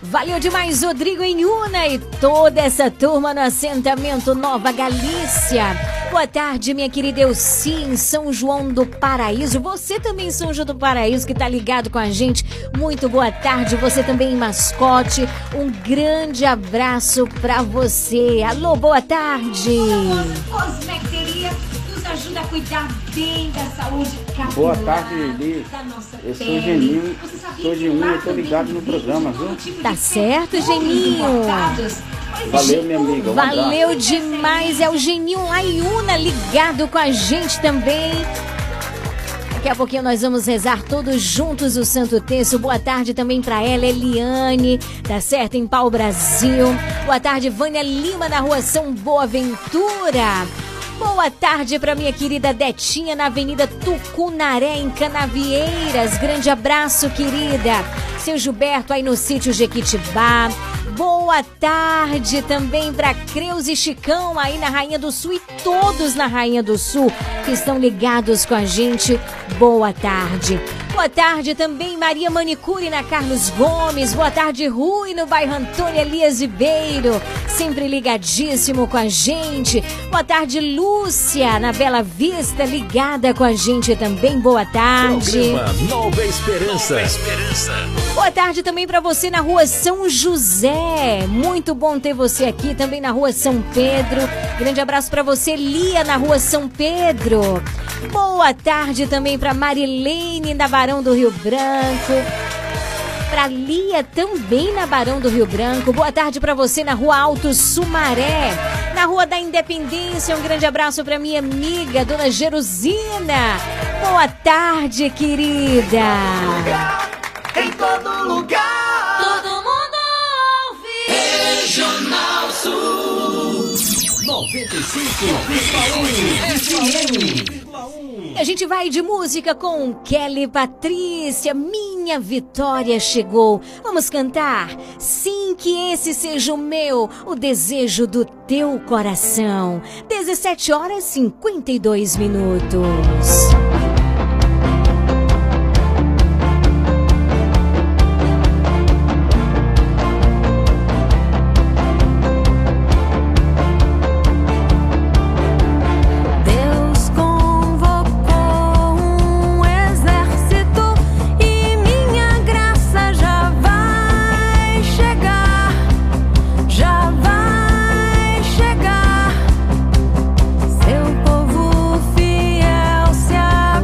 Valeu demais, Rodrigo Inhuna e toda essa turma no assentamento Nova Galícia. Boa tarde, minha querida Elci, em São João do Paraíso. Você também em São João do Paraíso, que tá ligado com a gente. Muito boa tarde. Você também em Mascote. Um grande abraço pra você. Alô, boa tarde.
Cosmeteria nos ajuda a cuidar bem da saúde capilar.
Boa tarde, Lili. Eu sou o Geninho, sou de unha, tô ligado no programa, viu?
Tá certo, Geninho.
Valeu, minha amiga. Um
Valeu
abraço.
demais. É o Geninho Laiuna ligado com a gente também. Daqui a pouquinho nós vamos rezar todos juntos o Santo Terço. Boa tarde também pra ela, Eliane, tá certo, em Pau Brasil. Boa tarde, Vânia Lima, na rua São Boaventura. Boa tarde pra minha querida Detinha, na Avenida Tucunaré, em Canavieiras. Grande abraço, querida. Seu Gilberto, aí no sítio Jequitibá. Boa tarde também para Creus e Chicão, aí na Rainha do Sul, e todos na Rainha do Sul que estão ligados com a gente. Boa tarde. Boa tarde também, Maria Manicure, na Carlos Gomes. Boa tarde, Rui, no bairro Antônio Elias Ribeiro, sempre ligadíssimo com a gente. Boa tarde, Lúcia, na Bela Vista, ligada com a gente também. Boa tarde.
Programa Nova Esperança. Nova Esperança.
Boa tarde também para você na rua São José. Muito bom ter você aqui também na rua São Pedro. Grande abraço para você, Lia, na rua São Pedro. Boa tarde também para Marilene, na Barão do Rio Branco. Para Lia, também na Barão do Rio Branco. Boa tarde para você na rua Alto Sumaré. Na Rua da Independência, um grande abraço para minha amiga, dona Jerusina. Boa tarde, querida.
Em todo lugar,
todo mundo ouve.
Regional Sul
noventa e cinco vírgula um.
A gente vai de música com Kelly Patrícia. Minha vitória chegou. Vamos cantar? Sim, que esse seja o meu, o desejo do teu coração. dezessete horas e cinquenta e dois minutos.
Seu povo fiel se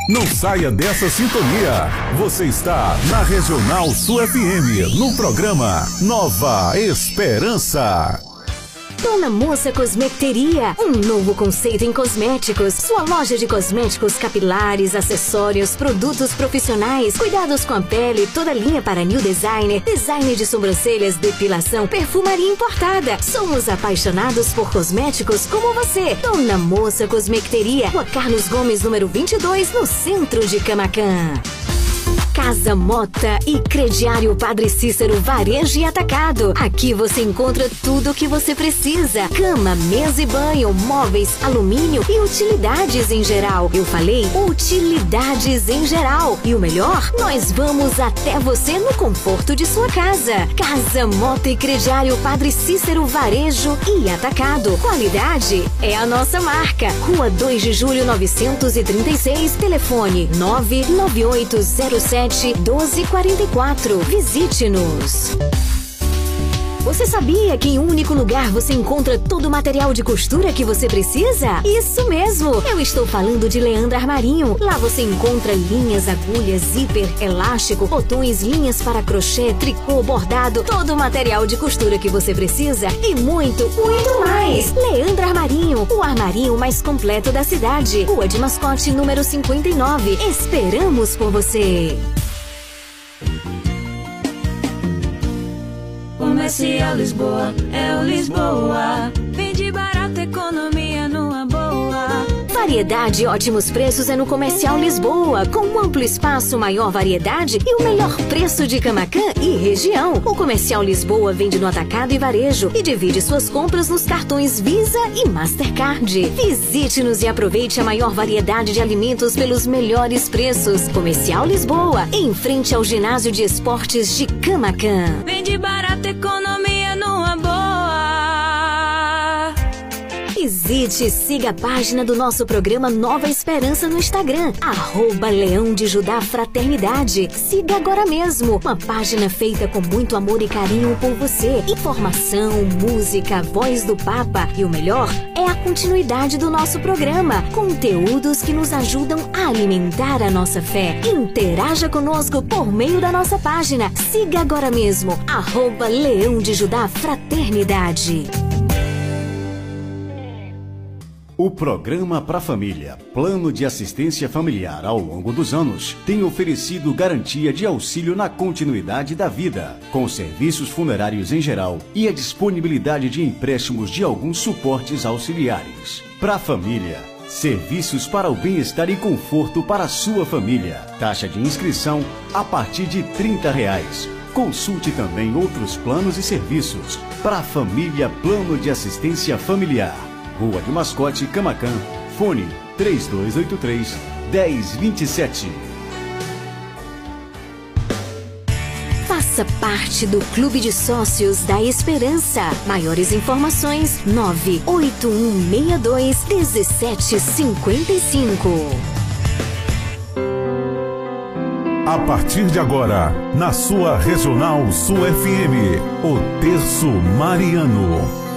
Não saia dessa sintonia. Você está na Regional Sul F M, no programa Nova Esperança.
Dona Moça Cosmecteria, um novo conceito em cosméticos. Sua loja de cosméticos capilares, acessórios, produtos profissionais, cuidados com a pele, toda linha para new designer, design de sobrancelhas, depilação, perfumaria importada. Somos apaixonados por cosméticos como você. Dona Moça Cosmecteria, Rua Carlos Gomes, número vinte e dois, no centro de Camaquã. Casa Mota e Crediário Padre Cícero Varejo e Atacado. Aqui você encontra tudo o que você precisa. Cama, mesa e banho, móveis, alumínio e utilidades em geral. Eu falei utilidades em geral. E o melhor, nós vamos até você no conforto de sua casa. Casa Mota e Crediário Padre Cícero Varejo e Atacado. Qualidade é a nossa marca. Rua dois de julho novecentos e trinta e seis. Telefone nove nove oito zero sete doze quarenta e quatro. Visite-nos. Você sabia que em um único lugar você encontra todo o material de costura que você precisa? Isso mesmo! Eu estou falando de Leandro Armarinho. Lá você encontra linhas, agulhas, zíper, elástico, botões, linhas para crochê, tricô, bordado, todo o material de costura que você precisa e muito, muito mais! Leandro Armarinho, o armarinho mais completo da cidade. Rua de Mascote, número cinquenta e nove. Esperamos por você!
Comercial Lisboa, é o Lisboa. Vende barato, economia numa boa.
Variedade e ótimos preços é no Comercial Lisboa, com um amplo espaço, maior variedade e o melhor preço de Camaquã e região. O Comercial Lisboa vende no atacado e varejo e divide suas compras nos cartões Visa e Mastercard. Visite-nos e aproveite a maior variedade de alimentos pelos melhores preços. Comercial Lisboa, em frente ao Ginásio de Esportes de Camaquã.
Vende barato, economia numa boa.
Visite e siga a página do nosso programa Nova Esperança no Instagram, arroba Leão de Judá Fraternidade. Siga agora mesmo, uma página feita com muito amor e carinho por você. Informação, música, voz do Papa e o melhor é a continuidade do nosso programa. Conteúdos que nos ajudam a alimentar a nossa fé. Interaja conosco por meio da nossa página. Siga agora mesmo, arroba Leão de Judá Fraternidade.
O Programa Pra Família, Plano de Assistência Familiar ao longo dos anos, tem oferecido garantia de auxílio na continuidade da vida, com serviços funerários em geral e a disponibilidade de empréstimos de alguns suportes auxiliares. Pra Família, serviços para o bem-estar e conforto para a sua família. Taxa de inscrição a partir de trinta reais. Consulte também outros planos e serviços. Pra Família, Plano de Assistência Familiar. Rua de Mascote, Camaquã. Fone três dois oito três, um zero dois sete.
Faça parte do Clube de Sócios da Esperança. Maiores informações nove oito um seis dois um sete cinco cinco.
A partir de agora, na sua Regional Sul F M, o Terço Mariano.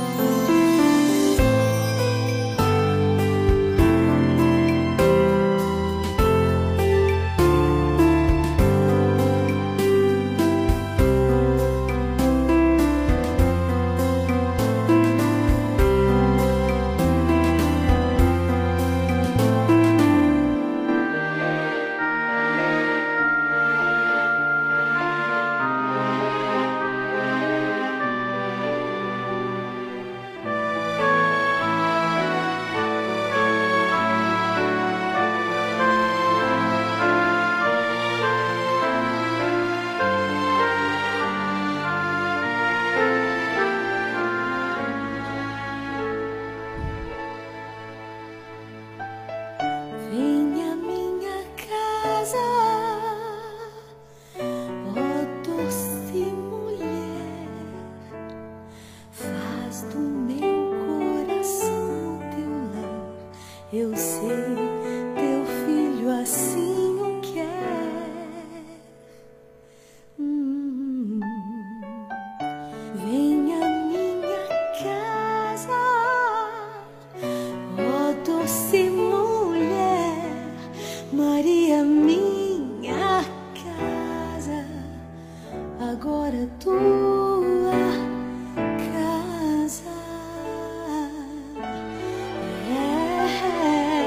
Maria.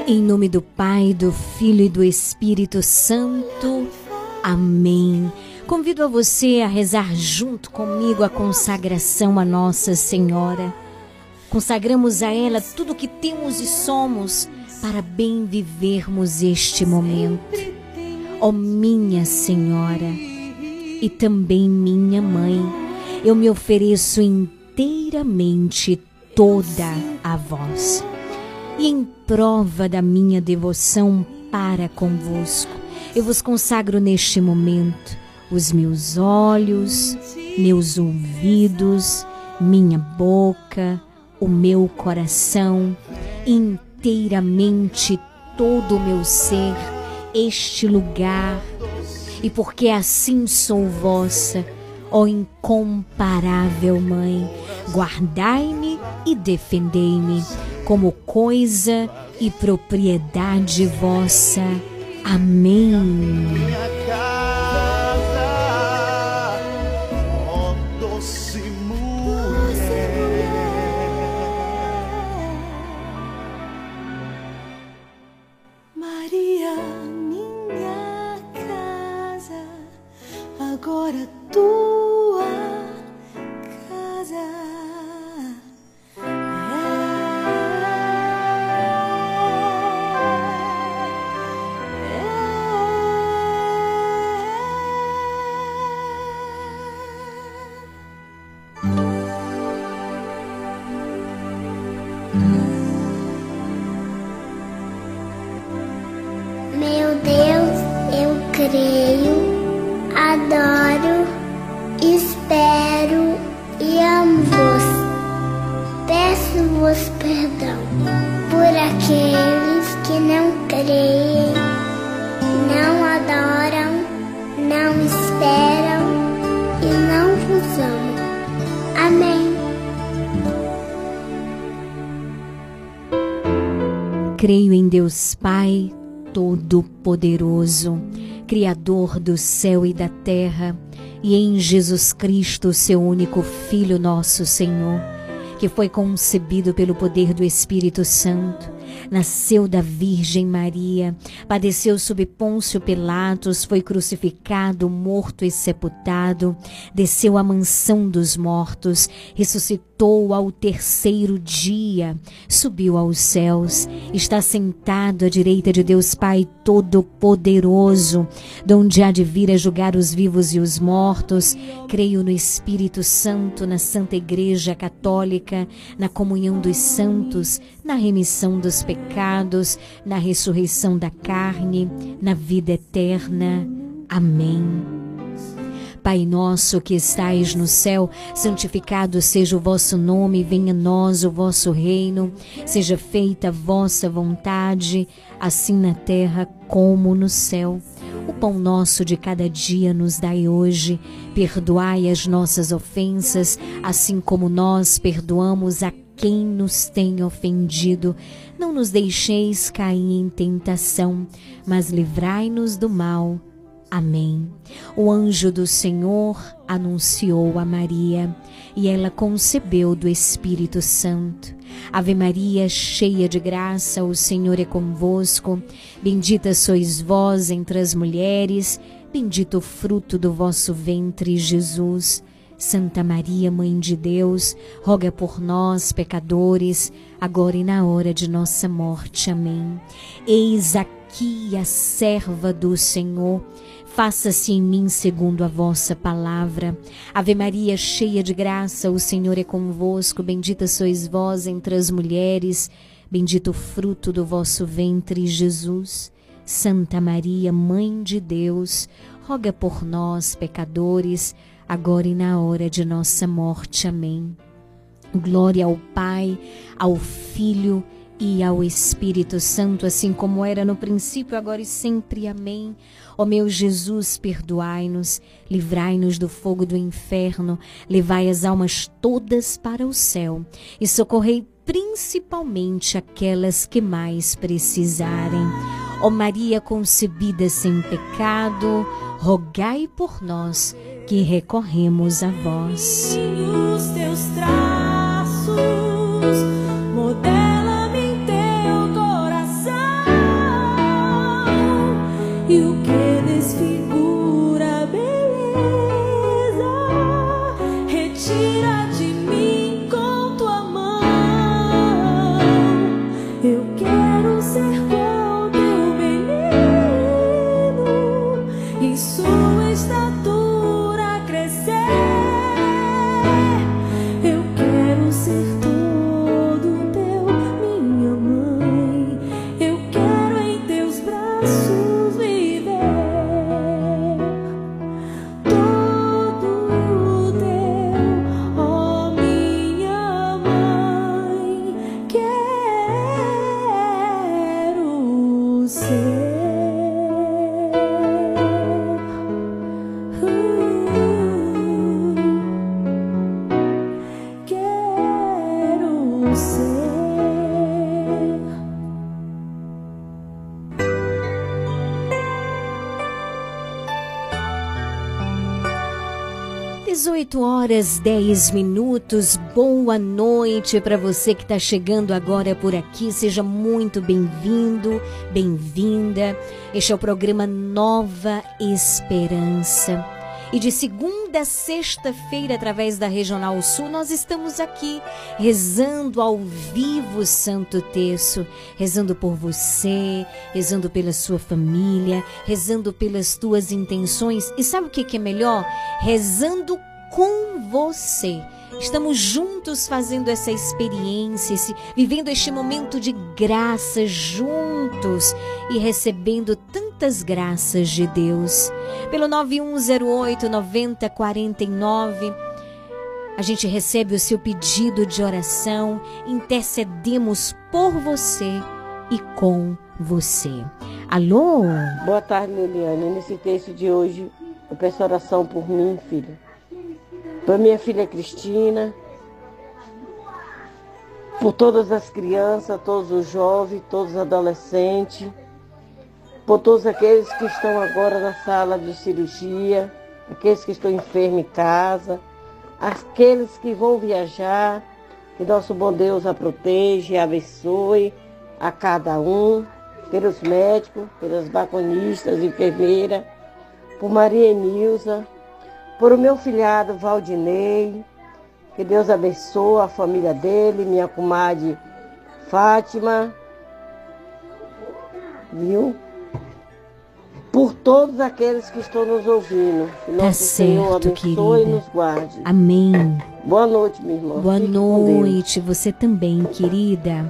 Em nome do Pai, do Filho e do Espírito Santo. Amém. Convido a você a rezar junto comigo a consagração a Nossa Senhora. Consagramos a ela tudo o que temos e somos para bem vivermos este momento. Ó minha Senhora e também minha Mãe, eu me ofereço inteiramente toda a vós. E em prova da minha devoção para convosco, eu vos consagro neste momento os meus olhos, meus ouvidos, minha boca, o meu coração, inteiramente todo o meu ser, este lugar, e porque assim sou vossa, ó incomparável Mãe, guardai-me e defendei-me como coisa e propriedade vossa. Amém.
Maria, minha casa, agora tua casa.
Meu Deus, eu creio, adoro, espero e amo-vos. Peço-vos perdão por aqueles que não creem, não adoram, não esperam e não vos amam. Amém.
Creio em Deus Pai Todo-Poderoso, Criador do céu e da terra, e em Jesus Cristo, seu único Filho, nosso Senhor, que foi concebido pelo poder do Espírito Santo, nasceu da Virgem Maria, padeceu sob Pôncio Pilatos, foi crucificado, morto e sepultado, desceu à mansão dos mortos, ressuscitou ao terceiro dia, subiu aos céus, está sentado à direita de Deus Pai Todo-Poderoso, donde há de vir a julgar os vivos e os mortos. Creio no Espírito Santo, na Santa Igreja Católica, na comunhão dos santos, na remissão dos pecados, na ressurreição da carne, na vida eterna. Amém. Pai nosso que estais no céu, santificado seja o vosso nome, venha a nós o vosso reino, seja feita a vossa vontade, assim na terra como no céu. O pão nosso de cada dia nos dai hoje, perdoai as nossas ofensas, assim como nós perdoamos a quem nos tem ofendido. Não nos deixeis cair em tentação, mas livrai-nos do mal. Amém. O anjo do Senhor anunciou a Maria, e ela concebeu do Espírito Santo. Ave Maria, cheia de graça, o Senhor é convosco. Bendita sois vós entre as mulheres, bendito o fruto do vosso ventre, Jesus. Santa Maria, Mãe de Deus, roga por nós, pecadores, agora e na hora de nossa morte. Amém. Eis aqui a serva do Senhor, faça-se em mim segundo a vossa palavra. Ave Maria, cheia de graça, o Senhor é convosco. Bendita sois vós entre as mulheres, bendito o fruto do vosso ventre, Jesus. Santa Maria, Mãe de Deus, roga por nós, pecadores, agora e na hora de nossa morte. Amém. Glória ao Pai, ao Filho e ao Espírito Santo, assim como era no princípio, agora e sempre. Amém. Ó meu Jesus, perdoai-nos, livrai-nos do fogo do inferno, levai as almas todas para o céu e socorrei principalmente aquelas que mais precisarem. Ó Maria concebida sem pecado, rogai por nós que recorremos a vós.
Os teus traços, modela-me em teu coração. posso viver todo teu, ó minha mãe, quero ser.
dezoito horas, dez minutos. Boa noite para você que está chegando agora por aqui. Seja muito bem-vindo, bem-vinda. Este é o programa Nova Esperança. E de segunda a sexta-feira, através da Regional Sul, nós estamos aqui rezando ao vivo o Santo Terço, rezando por você, rezando pela sua família, rezando pelas tuas intenções. E sabe o que que é melhor? Rezando com você. Estamos juntos fazendo essa experiência, esse, vivendo este momento de graça juntos e recebendo tantas graças de Deus. Pelo nove um zero oito, nove zero quatro nove, a gente recebe o seu pedido de oração, intercedemos por você e com você. Alô?
Boa tarde, Liliane. Nesse texto de hoje, eu peço oração por mim, filha. Por minha filha Cristina, por todas as crianças, todos os jovens, todos os adolescentes, por todos aqueles que estão agora na sala de cirurgia, aqueles que estão enfermos em casa, aqueles que vão viajar, que nosso bom Deus a proteja e abençoe a cada um, pelos médicos, pelas balconistas, enfermeiras, por Maria Enilza, por o meu filhado Valdinei, que Deus abençoe a família dele, minha comadre Fátima, viu? Por todos aqueles que estão nos ouvindo, que nosso
tá
Senhor
certo,
abençoe
querida.
e nos guarde.
Amém.
Boa noite, minha irmã.
Boa
Fique com
noite, você também, querida.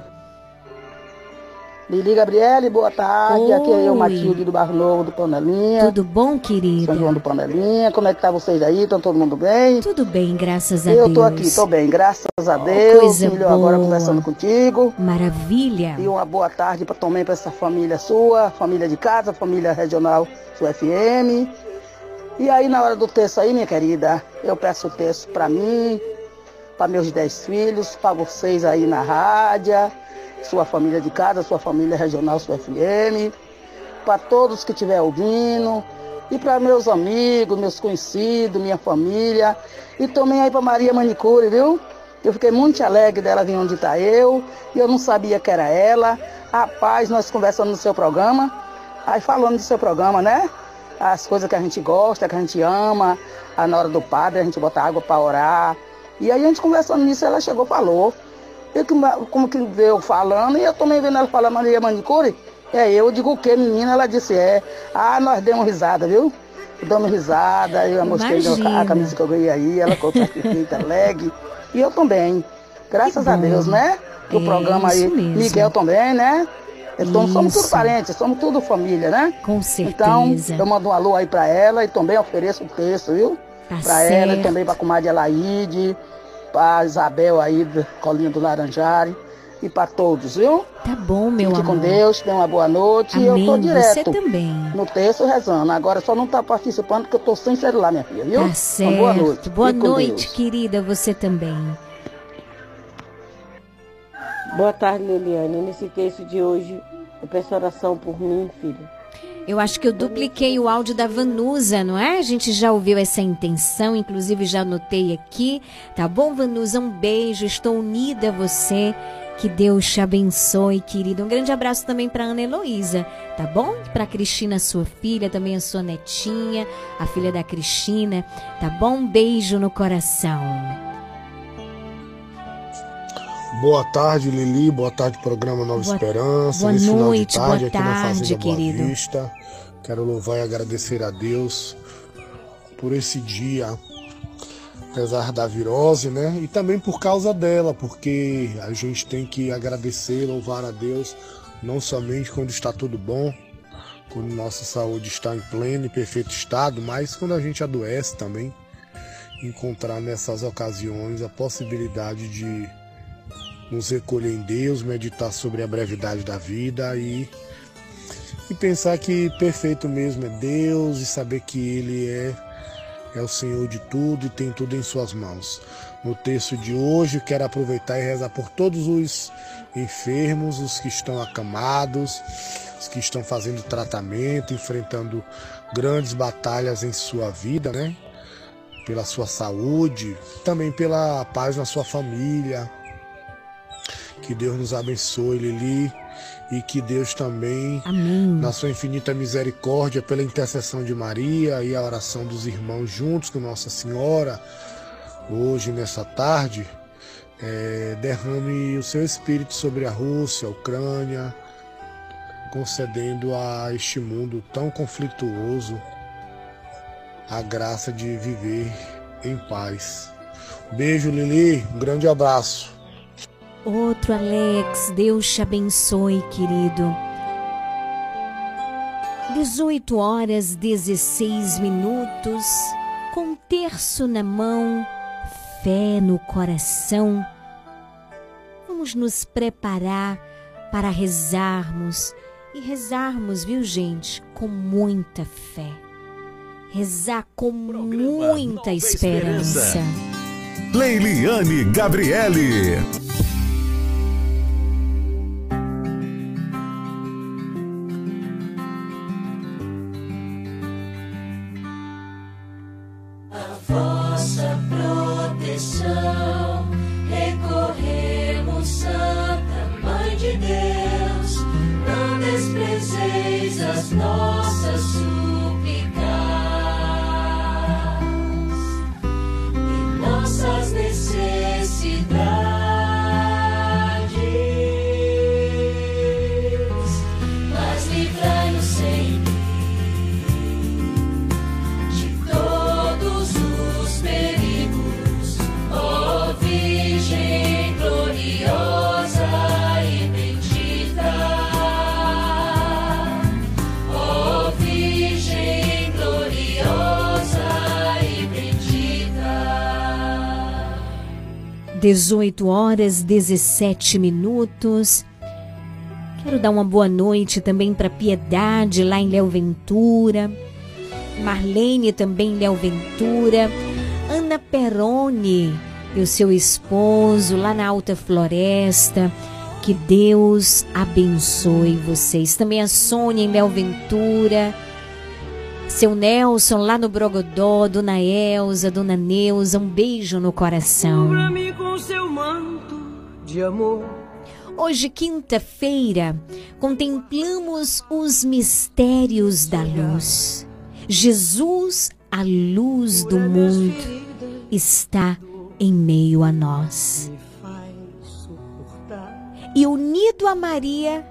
Lili Gabriele, boa tarde.
Oi.
Aqui é eu, Matilde do Barro Novo do Panelinha.
Tudo bom, querida?
São João do Panelinha. Como é que tá vocês aí? Estão todo mundo bem?
Tudo bem, graças a
eu
Deus.
Eu tô aqui, tô bem, graças a Deus.
Coisa
Melhor
boa.
agora conversando contigo.
Maravilha.
E uma boa tarde pra, também para essa família sua, família de casa, família regional Sul F M. E aí na hora do texto aí, minha querida, eu peço o texto pra mim, para meus dez filhos, para vocês aí na rádio, sua família de casa, sua família regional Sul F M, para todos que estiver ouvindo, e para meus amigos, meus conhecidos, minha família, e também aí para Maria Manicure, viu? Eu fiquei muito alegre dela vir onde está eu, e eu não sabia que era ela. Rapaz, nós conversando no seu programa, aí falando do seu programa, né? As coisas que a gente gosta, que a gente ama, aí na hora do padre a gente bota água para orar. E aí a gente conversando nisso, ela chegou e falou. Eu, como que veio falando, e eu também vendo ela falar Maria Manicure, é eu, digo o que, menina? Ela disse, é. Ah, nós demos risada, viu? Damos risada, eu mostrei a, a camisa que eu ganhei aí, ela colocou perfeita, leg. E eu também, graças a Deus, né? O é programa aí, mesmo. Miguel também, né? Então somos tudo parentes, somos tudo família, né?
Com certeza.
Então, eu mando um alô aí pra ela e também ofereço um texto, viu?
Tá
pra
certo.
ela e também pra comadre Alaide, pra Isabel aí, do Colinha do Laranjari, e pra todos, viu?
Tá bom, meu
Fique
amor.
com Deus, tenha uma boa noite.
Amém.
E eu tô direto
Você também.
no texto rezando. Agora só não tá participando porque eu tô sem celular, minha filha, viu?
Tá certo.
Então, boa noite.
Boa
Fique com
noite,
Deus.
querida, você também.
Boa tarde, Liliane. Nesse texto de hoje, eu peço oração por mim, filha.
Eu acho que eu dupliquei o áudio da Vanusa, não é? A gente já ouviu essa intenção, inclusive já anotei aqui. Tá bom, Vanusa? Um beijo, estou unida a você. Que Deus te abençoe, querida. Um grande abraço também para Ana Heloísa, tá bom? Para Cristina, sua filha, também a sua netinha, a filha da Cristina, tá bom? Um beijo no coração.
Boa tarde, Lili. Boa tarde, programa Nova
boa,
Esperança.
Boa
Nesse
noite,
final de tarde,
boa
aqui na
tarde,
Fazenda
querido.
Boa Vista. Quero louvar e agradecer a Deus por esse dia, apesar da virose, né? E também por causa dela, porque a gente tem que agradecer, louvar a Deus, não somente quando está tudo bom, quando nossa saúde está em pleno e perfeito estado, mas quando a gente adoece também, encontrar nessas ocasiões a possibilidade de nos recolher em Deus, meditar sobre a brevidade da vida e, e pensar que perfeito mesmo é Deus e saber que Ele é, é o Senhor de tudo e tem tudo em suas mãos. No texto de hoje, quero aproveitar e rezar por todos os enfermos, os que estão acamados, os que estão fazendo tratamento, enfrentando grandes batalhas em sua vida, né? Pela sua saúde, também pela paz na sua família. Que Deus nos abençoe, Lili, e que Deus também,
Amém.
Na sua infinita misericórdia, pela intercessão de Maria e a oração dos irmãos juntos com Nossa Senhora, hoje, nessa tarde, é, derrame o seu espírito sobre a Rússia, a Ucrânia, concedendo a este mundo tão conflituoso a graça de viver em paz. Beijo, Lili, um grande abraço.
Outro Alex, Deus te abençoe, querido. dezoito horas, dezesseis minutos, com um terço na mão, fé no coração. Vamos nos preparar para rezarmos e rezarmos, viu, gente, com muita fé. Rezar com
Programa
muita
Nova
esperança.
Esperança.
Leiliane Gabriele.
Vossa proteção, recorremos, Santa Mãe de Deus, não desprezeis as nossas súplicas e nossas necessidades, mas livrai-nos sempre de todos os perigos, ó Virgem gloriosa e bendita, ó Virgem gloriosa e bendita.
dezoito horas, dezessete minutos. Quero dar uma boa noite também para Piedade, lá em Léo Ventura. Marlene também em Léo Ventura. Ana Peroni e o seu esposo lá na Alta Floresta. Que Deus abençoe vocês. Também a Sônia em Léo Ventura. Seu Nelson lá no Brogodó, Dona Elza, Dona Neuza, um beijo no coração.
Cubra-me com seu manto de amor.
Hoje, quinta-feira, contemplamos os mistérios da luz. Jesus, a luz do mundo, está em meio a nós. E unido a Maria,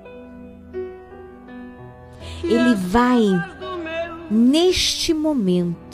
ele vai, neste momento,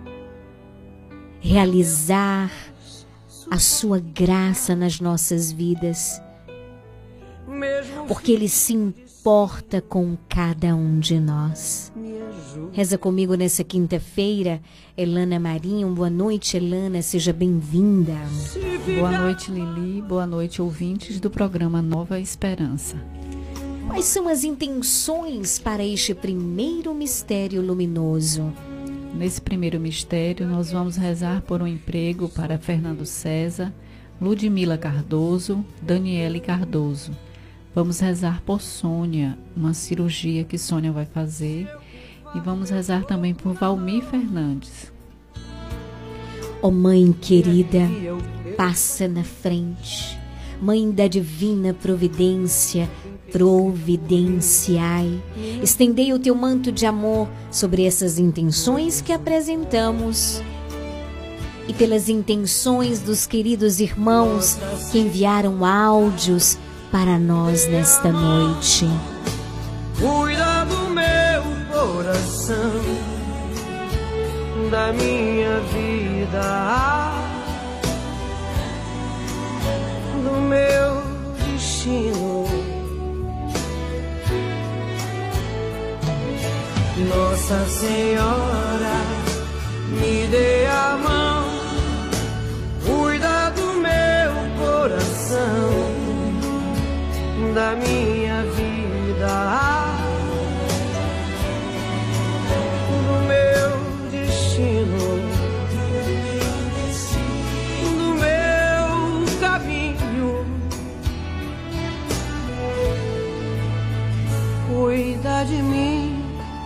realizar a sua graça nas nossas vidas, porque ele se importa com cada um de nós. Reza comigo nessa quinta-feira, Elana Marinho. Boa noite, Elana, seja bem-vinda.
Boa noite, Lili. Boa noite, ouvintes do programa Nova Esperança.
Quais são as intenções para este primeiro mistério luminoso?
Nesse primeiro mistério, nós vamos rezar por um emprego para Fernando César, Ludmila Cardoso, Daniele Cardoso. Vamos rezar por Sônia, uma cirurgia que Sônia vai fazer. E vamos rezar também por Valmir Fernandes.
Ó Mãe querida, passa na frente. Mãe da divina providência, providenciai. Estendei o teu manto de amor sobre essas intenções que apresentamos e pelas intenções dos queridos irmãos que enviaram áudios para nós nesta noite.
Cuida do meu coração, da minha vida, do meu destino.
Nossa Senhora, me dê a mão, cuida do meu coração, da minha vida, do meu destino, do meu caminho. Cuida de mim.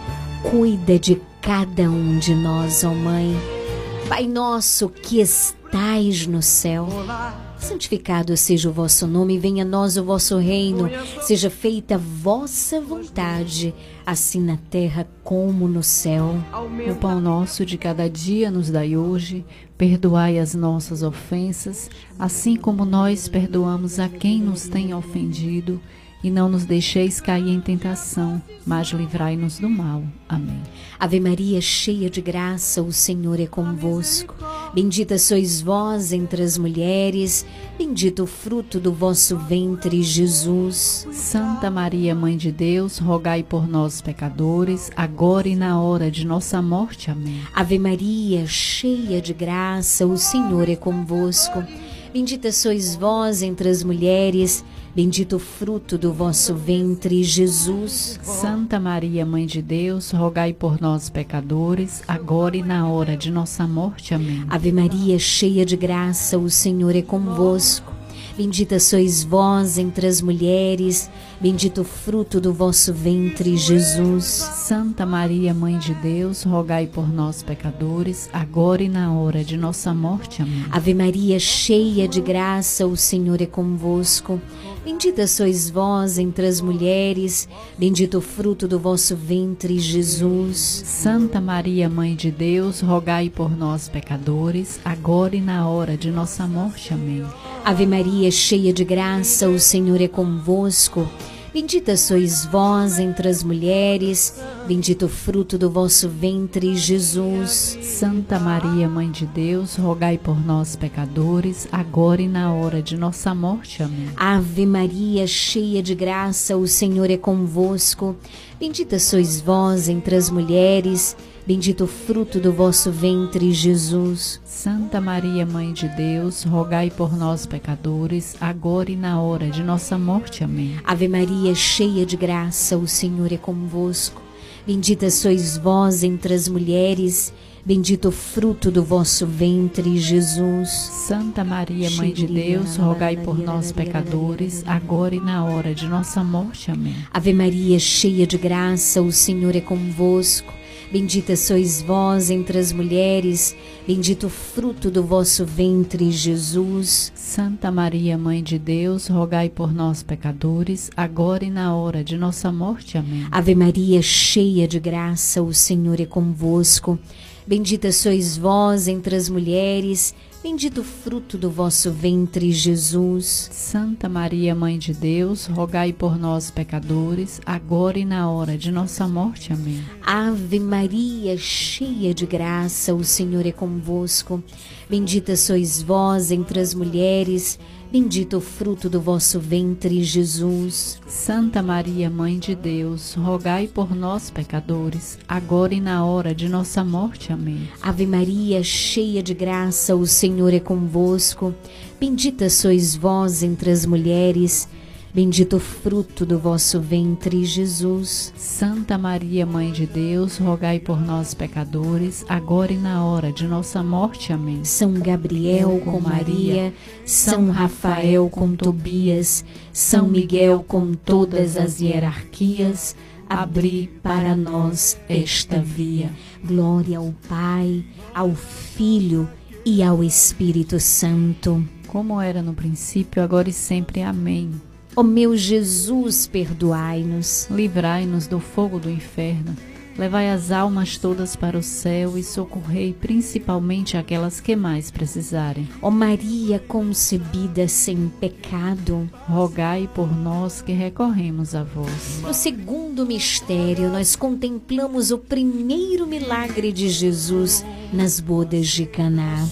Cuida de cada um de nós, ó Mãe. Pai nosso que estais no céu, santificado seja o vosso nome, venha a nós o vosso reino, seja feita a vossa vontade, assim na terra como no céu.
O pão nosso de cada dia nos dai hoje, perdoai as nossas ofensas, assim como nós perdoamos a quem nos tem ofendido, e não nos deixeis cair em tentação, mas livrai-nos do mal. Amém.
Ave Maria, cheia de graça, o Senhor é convosco. Bendita sois vós entre as mulheres, bendito o fruto do vosso ventre, Jesus.
Santa Maria, Mãe de Deus, rogai por nós, pecadores, agora e na hora de nossa morte. Amém.
Ave Maria, cheia de graça, o Senhor é convosco. Bendita sois vós entre as mulheres, bendito o fruto do vosso ventre, Jesus.
Santa Maria, Mãe de Deus, rogai por nós, pecadores, agora e na hora de nossa morte. Amém.
Ave Maria, cheia de graça, o Senhor é convosco. Bendita sois vós entre as mulheres, bendito o fruto do vosso ventre, Jesus.
Santa Maria, Mãe de Deus, rogai por nós, pecadores, agora e na hora de nossa morte. Amém.
Ave Maria, cheia de graça, o Senhor é convosco. Bendita sois vós entre as mulheres, bendito o fruto do vosso ventre, Jesus.
Santa Maria, Mãe de Deus, rogai por nós, pecadores, agora e na hora de nossa morte. Amém.
Ave Maria, cheia de graça, o Senhor é convosco. Bendita sois vós entre as mulheres, bendito o fruto do vosso ventre, Jesus.
Santa Maria, Mãe de Deus, rogai por nós, pecadores, agora e na hora de nossa morte. Amém.
Ave Maria, cheia de graça, o Senhor é convosco. Bendita sois vós entre as mulheres, bendito o fruto do vosso ventre, Jesus.
Santa Maria, Mãe de Deus, rogai por nós, pecadores, agora e na hora de nossa morte. Amém.
Ave Maria, cheia de graça, o Senhor é convosco. Bendita sois vós entre as mulheres, bendito o fruto do vosso ventre, Jesus.
Santa Maria, Mãe de Deus, rogai por nós, pecadores, agora e na hora de nossa morte. Amém.
Ave Maria, cheia de graça, o Senhor é convosco. Bendita sois vós entre as mulheres, bendito o fruto do vosso ventre, Jesus.
Santa Maria, Mãe de Deus, rogai por nós, pecadores, agora e na hora de nossa morte. Amém.
Ave Maria, cheia de graça, o Senhor é convosco. Bendita sois vós entre as mulheres, bendito o fruto do vosso ventre, Jesus.
Santa Maria, Mãe de Deus, rogai por nós, pecadores, agora e na hora de nossa morte. Amém.
Ave Maria, cheia de graça, o Senhor é convosco. Bendita sois vós entre as mulheres, bendito o fruto do vosso ventre, Jesus.
Santa Maria, Mãe de Deus, rogai por nós, pecadores, agora e na hora de nossa morte. Amém.
Ave Maria, cheia de graça, o Senhor é convosco. Bendita sois vós entre as mulheres, bendito o fruto do vosso ventre, Jesus.
Santa Maria, Mãe de Deus, rogai por nós, pecadores, agora e na hora de nossa morte. Amém.
São Gabriel com Maria, São Rafael com Tobias, São Miguel com todas as hierarquias, abri para nós esta via. Glória ao Pai, ao Filho e ao Espírito Santo.
Como era no princípio, agora e sempre. Amém.
Ó meu Jesus, perdoai-nos,
livrai-nos do fogo do inferno, levai as almas todas para o céu e socorrei principalmente aquelas que mais precisarem.
Ó Maria concebida sem pecado,
rogai por nós que recorremos a vós.
No segundo mistério, nós contemplamos o primeiro milagre de Jesus nas bodas de Caná.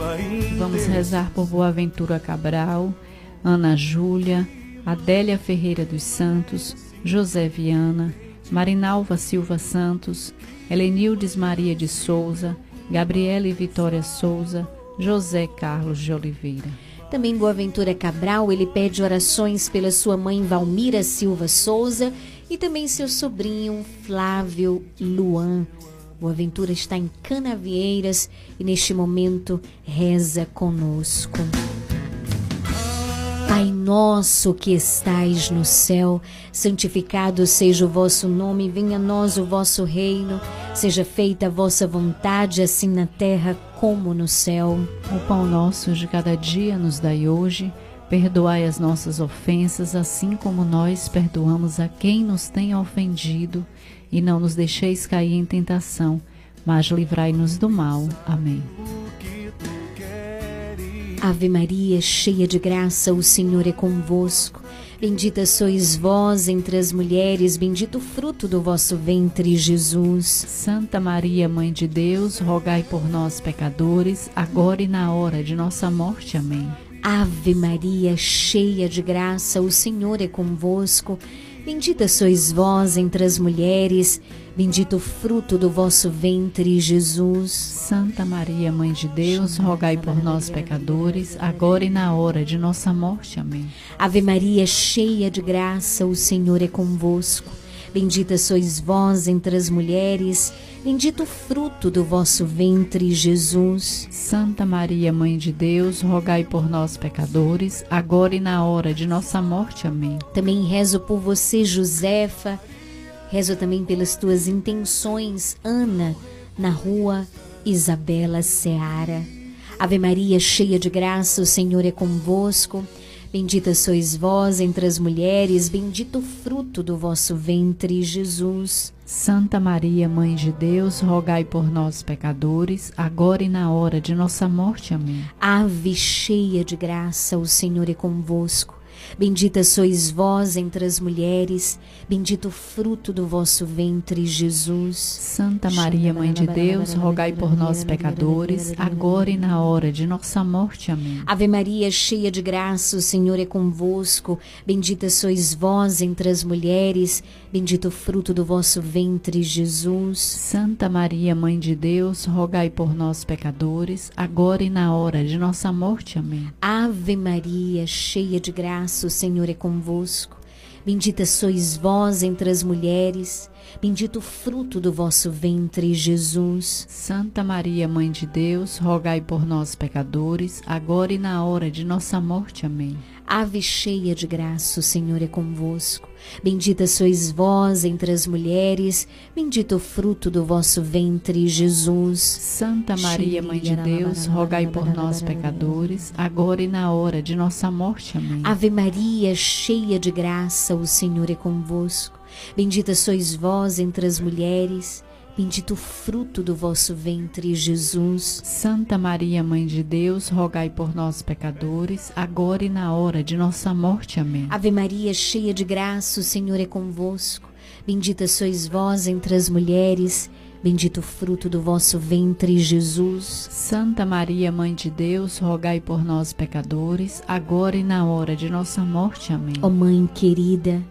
Vamos rezar por Boaventura Cabral, Ana Júlia, Adélia Ferreira dos Santos, José Viana, Marinalva Silva Santos, Helenildes Maria de Souza, Gabriele Vitória Souza, José Carlos de Oliveira.
Também Boaventura Cabral, ele pede orações pela sua mãe Valmira Silva Souza e também seu sobrinho Flávio Luan. Boaventura está em Canavieiras e neste momento reza conosco. Pai nosso que estais no céu, santificado seja o vosso nome, venha a nós o vosso reino, seja feita a vossa vontade, assim na terra como no céu.
O pão nosso de cada dia nos dai hoje, perdoai as nossas ofensas, assim como nós perdoamos a quem nos tem ofendido, e não nos deixeis cair em tentação, mas livrai-nos do mal. Amém.
Ave Maria, cheia de graça, o Senhor é convosco. Bendita sois vós entre as mulheres, bendito o fruto do vosso ventre, Jesus.
Santa Maria, Mãe de Deus, rogai por nós, pecadores, agora e na hora de nossa morte. Amém.
Ave Maria, cheia de graça, o Senhor é convosco. Bendita sois vós entre as mulheres, bendito o fruto do vosso ventre, Jesus.
Santa Maria, Mãe de Deus, rogai por nós, pecadores, agora e na hora de nossa morte. Amém.
Ave Maria, cheia de graça, o Senhor é convosco. Bendita sois vós entre as mulheres, bendito o fruto do vosso ventre, Jesus.
Santa Maria, Mãe de Deus, rogai por nós, pecadores, agora e na hora de nossa morte. Amém.
Também rezo por você, Josefa, rezo também pelas tuas intenções, Ana, na rua Isabela Seara. Ave Maria, cheia de graça, o Senhor é convosco. Bendita sois vós entre as mulheres, bendito o fruto do vosso ventre, Jesus.
Santa Maria, Mãe de Deus, rogai por nós, pecadores, agora e na hora de nossa morte. Amém.
Ave cheia de graça, o Senhor é convosco. Bendita sois vós entre as mulheres, bendito o fruto do vosso ventre, Jesus.
Santa Maria, Mãe de Deus, rogai por nós, pecadores, agora e na hora de nossa morte. Amém.
Ave Maria, cheia de graça, o Senhor é convosco. Bendita sois vós entre as mulheres, bendito o fruto do vosso ventre, Jesus.
Santa Maria, Mãe de Deus, rogai por nós, pecadores, agora e na hora de nossa morte. Amém.
Ave Maria, cheia de graça, o Senhor é convosco. Bendita sois vós entre as mulheres, bendito o fruto do vosso ventre, Jesus.
Santa Maria, Mãe de Deus, rogai por nós, pecadores, agora e na hora de nossa morte. Amém.
Ave cheia de graça, o Senhor é convosco. Bendita sois vós entre as mulheres, bendito o fruto do vosso ventre, Jesus.
Santa Maria, Mãe de Deus, rogai por nós, pecadores, agora e na hora de nossa morte. Amém.
Ave Maria, cheia de graça, o Senhor é convosco. Bendita sois vós entre as mulheres, bendito o fruto do vosso ventre, Jesus.
Santa Maria, Mãe de Deus, rogai por nós, pecadores, agora e na hora de nossa morte. Amém.
Ave Maria, cheia de graça, o Senhor é convosco. Bendita sois vós entre as mulheres, bendito o fruto do vosso ventre, Jesus.
Santa Maria, Mãe de Deus, rogai por nós, pecadores, agora e na hora de nossa morte. Amém.
Ó Mãe querida,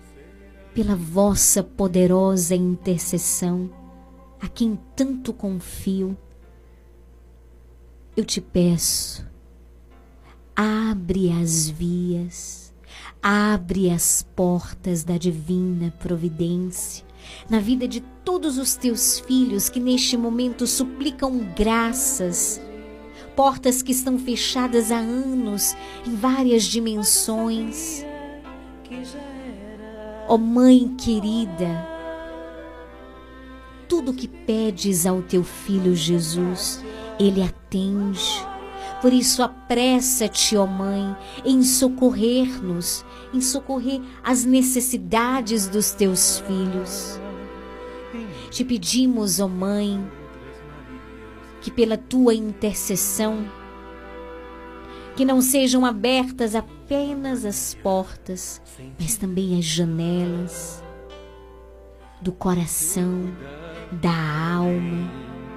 pela vossa poderosa intercessão, a quem tanto confio, eu te peço, abre as vias, abre as portas da divina providência na vida de todos os teus filhos que neste momento suplicam graças, portas que estão fechadas há anos em várias dimensões. Ó Mãe querida, tudo que pedes ao teu Filho Jesus, Ele atende. Por isso apressa-te, ó Mãe, em socorrer-nos, em socorrer as necessidades dos teus filhos. Te pedimos, ó Mãe, que pela tua intercessão, que não sejam abertas apenas as portas, mas também as janelas do coração, da alma.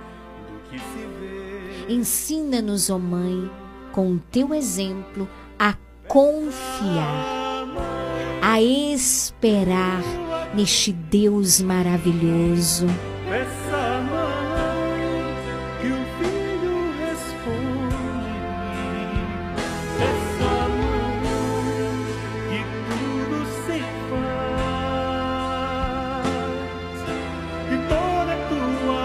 Ensina-nos, ó Mãe, com o teu exemplo, a confiar, a esperar neste Deus maravilhoso.
Peça a mãe que o filho responde. Peça a mãe que tudo se faz. E toda tua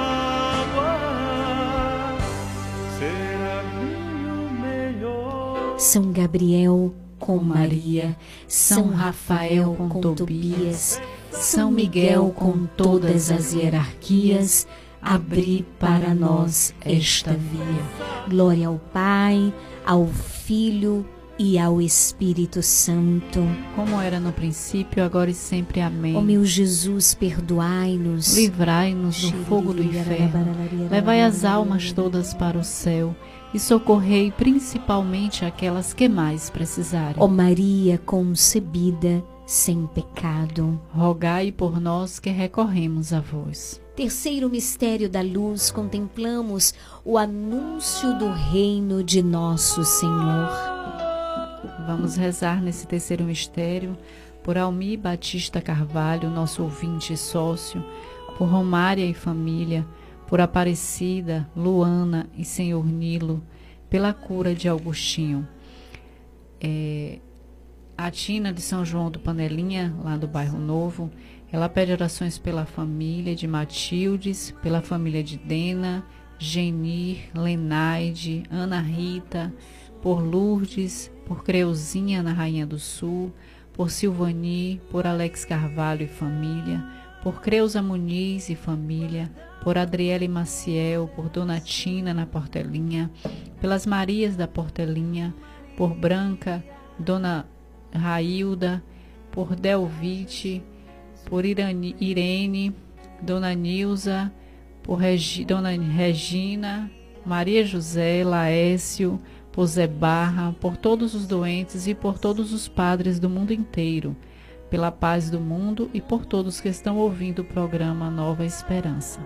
água será vinho melhor.
São Gabriel com Maria, São Rafael com Tobias, São Miguel com todas as hierarquias, abri para nós esta via. Glória ao Pai, ao Filho e ao Espírito Santo.
Como era no princípio, agora e sempre. Amém.
Ó meu Jesus, perdoai-nos.
Livrai-nos do fogo do inferno. Levai as almas todas para o céu e socorrei principalmente aquelas que mais precisarem.
Ó Maria concebida sem pecado,
rogai por nós que recorremos a vós.
Terceiro mistério da luz, contemplamos o anúncio do reino de nosso Senhor.
Vamos rezar nesse terceiro mistério por Almi Batista Carvalho, nosso ouvinte e sócio, por Romária e família, por Aparecida, Luana e Senhor Nilo, pela cura de Augustinho. É, a Tina de São João do Panelinha, lá do Bairro Novo, ela pede orações pela família de Matildes, pela família de Dena, Genir, Lenaide, Ana Rita, por Lourdes, por Creuzinha na Rainha do Sul, por Silvani, por Alex Carvalho e família, por Creuza Muniz e família, por Adriele Maciel, por Dona Tina na Portelinha, pelas Marias da Portelinha, por Branca, Dona Railda, por Delvite, por Irani, Irene, Dona Nilza, por Regi, Dona Regina, Maria José, Laécio, por Zé Barra, por todos os doentes e por todos os padres do mundo inteiro, pela paz do mundo e por todos que estão ouvindo o programa Nova Esperança.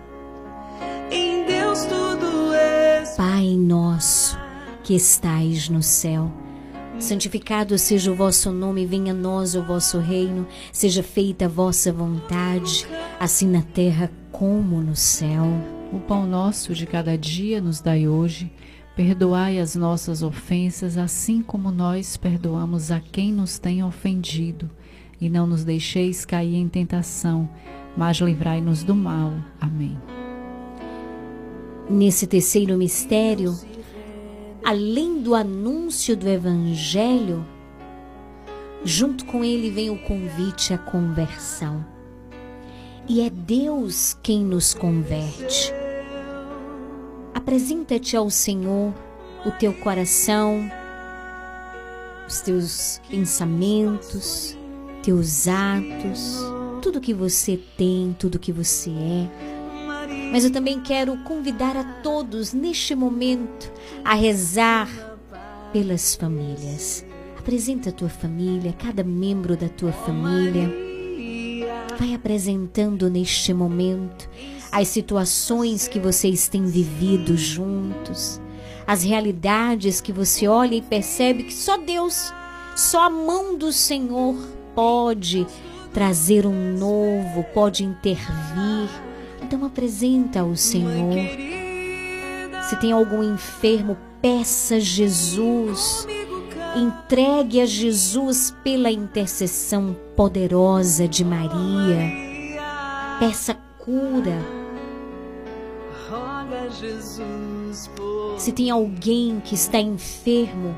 Em Deus tudo é.
Pai nosso, que estais no céu, santificado seja o vosso nome, venha a nós o vosso reino, seja feita a vossa vontade, assim na terra como no céu.
O pão nosso de cada dia nos dai hoje, perdoai as nossas ofensas, assim como nós perdoamos a quem nos tem ofendido, e não nos deixeis cair em tentação, mas livrai-nos do mal. Amém.
Nesse terceiro mistério, além do anúncio do Evangelho, junto com ele vem o convite à conversão. E é Deus quem nos converte. Apresenta-te ao Senhor o teu coração, os teus pensamentos, teus atos, tudo que você tem, tudo que você é. Mas eu também quero convidar a todos neste momento a rezar pelas famílias. Apresenta a tua família, cada membro da tua família. Vai apresentando neste momento as situações que vocês têm vivido juntos, as realidades que você olha e percebe que só Deus, só a mão do Senhor pode trazer um novo, pode intervir. Então apresenta ao Senhor. Se tem algum enfermo, peça a Jesus. Entregue a Jesus pela intercessão poderosa de Maria. Peça cura. Se tem alguém que está enfermo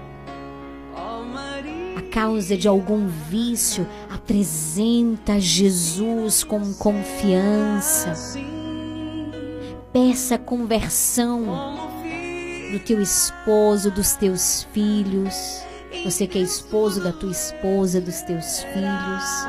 a causa de algum vício, apresenta a Jesus com confiança. Peça a conversão do teu esposo, dos teus filhos. Você que é esposo da tua esposa, dos teus filhos.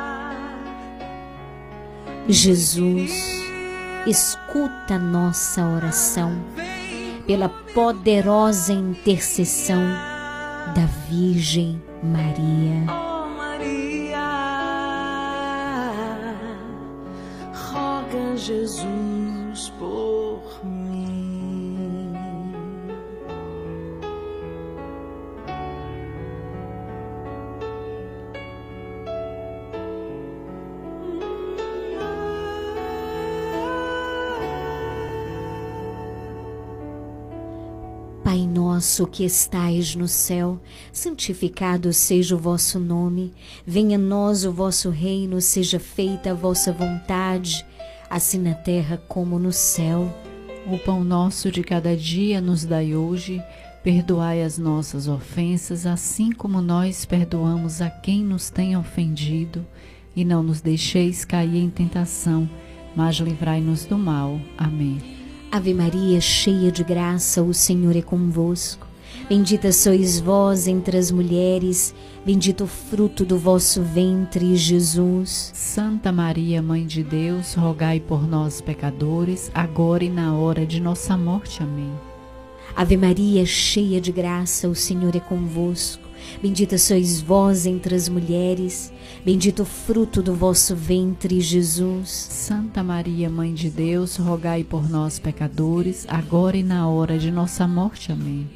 Jesus, escuta a nossa oração pela poderosa intercessão da Virgem Maria.
Oh Maria, roga Jesus por mim.
Pai nosso que estais no céu, santificado seja o vosso nome. Venha a nós o vosso reino, seja feita a vossa vontade, assim na terra como no céu.
O pão nosso de cada dia nos dai hoje. Perdoai as nossas ofensas, assim como nós perdoamos a quem nos tem ofendido. E não nos deixeis cair em tentação, mas livrai-nos do mal. Amém.
Ave Maria, cheia de graça, o Senhor é convosco. Bendita sois vós entre as mulheres, bendito o fruto do vosso ventre, Jesus.
Santa Maria, Mãe de Deus, rogai por nós, pecadores, agora e na hora de nossa morte. Amém.
Ave Maria, cheia de graça, o Senhor é convosco. Bendita sois vós entre as mulheres, bendito o fruto do vosso ventre, Jesus.
Santa Maria, Mãe de Deus, rogai por nós, pecadores, agora e na hora de nossa morte. Amém.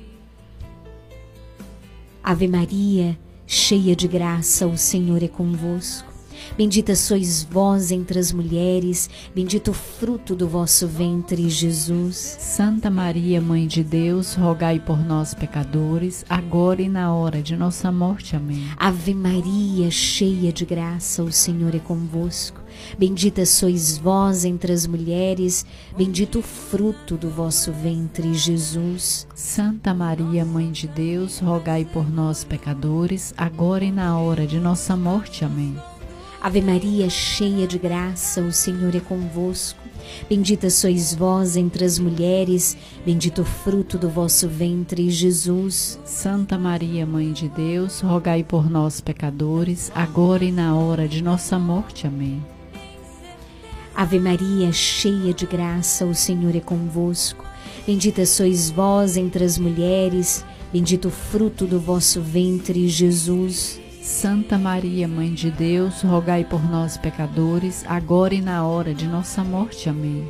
Ave Maria, cheia de graça, o Senhor é convosco. Bendita sois vós entre as mulheres, bendito o fruto do vosso ventre, Jesus.
Santa Maria, Mãe de Deus, rogai por nós, pecadores, agora e na hora de nossa morte. Amém.
Ave Maria, cheia de graça, o Senhor é convosco. Bendita sois vós entre as mulheres, bendito o fruto do vosso ventre, Jesus.
Santa Maria, Mãe de Deus, rogai por nós, pecadores, agora e na hora de nossa morte. Amém.
Ave Maria, cheia de graça, o Senhor é convosco. Bendita sois vós entre as mulheres, bendito o fruto do vosso ventre, Jesus.
Santa Maria, Mãe de Deus, rogai por nós, pecadores, agora e na hora de nossa morte. Amém.
Ave Maria, cheia de graça, o Senhor é convosco. Bendita sois vós entre as mulheres, bendito o fruto do vosso ventre, Jesus.
Santa Maria, Mãe de Deus, rogai por nós, pecadores, agora e na hora de nossa morte. Amém.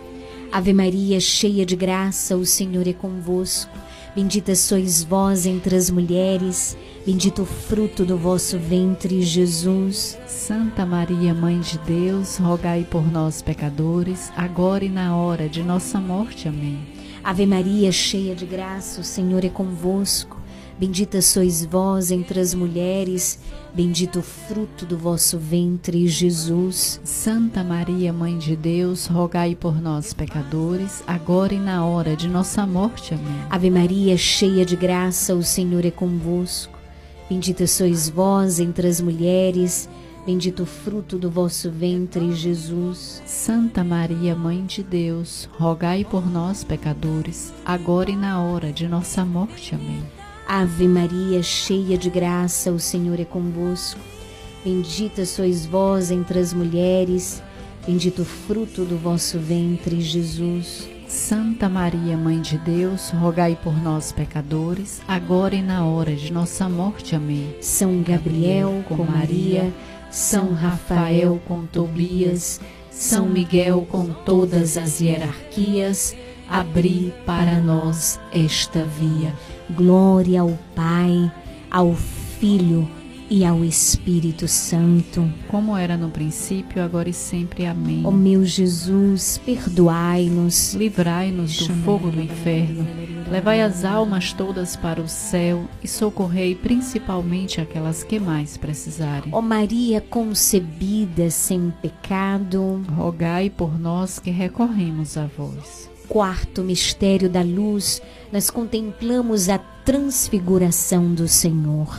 Ave Maria, cheia de graça, o Senhor é convosco. Bendita sois vós entre as mulheres, bendito o fruto do vosso ventre, Jesus.
Santa Maria, Mãe de Deus, rogai por nós, pecadores, agora e na hora de nossa morte. Amém.
Ave Maria, cheia de graça, o Senhor é convosco. Bendita sois vós entre as mulheres, bendito o fruto do vosso ventre, Jesus.
Santa Maria, Mãe de Deus, rogai por nós, pecadores, agora e na hora de nossa morte. Amém.
Ave Maria, cheia de graça, o Senhor é convosco. Bendita sois vós entre as mulheres, bendito o fruto do vosso ventre, Jesus.
Santa Maria, Mãe de Deus, rogai por nós, pecadores, agora e na hora de nossa morte. Amém.
Ave Maria, cheia de graça, o Senhor é convosco. Bendita sois vós entre as mulheres, bendito o fruto do vosso ventre, Jesus.
Santa Maria, Mãe de Deus, rogai por nós, pecadores, agora e na hora de nossa morte. Amém.
São Gabriel com Maria, São Rafael com Tobias, São Miguel com todas as hierarquias, abri para nós esta via. Glória ao Pai, ao Filho e ao Espírito Santo,
como era no princípio, agora e sempre. Amém.
Ó meu Jesus, perdoai-nos,
livrai-nos do fogo do inferno, levai as almas todas para o céu e socorrei principalmente aquelas que mais precisarem.
Ó Maria concebida sem pecado,
rogai por nós que recorremos a vós.
Quarto mistério da luz, nós contemplamos a transfiguração do Senhor.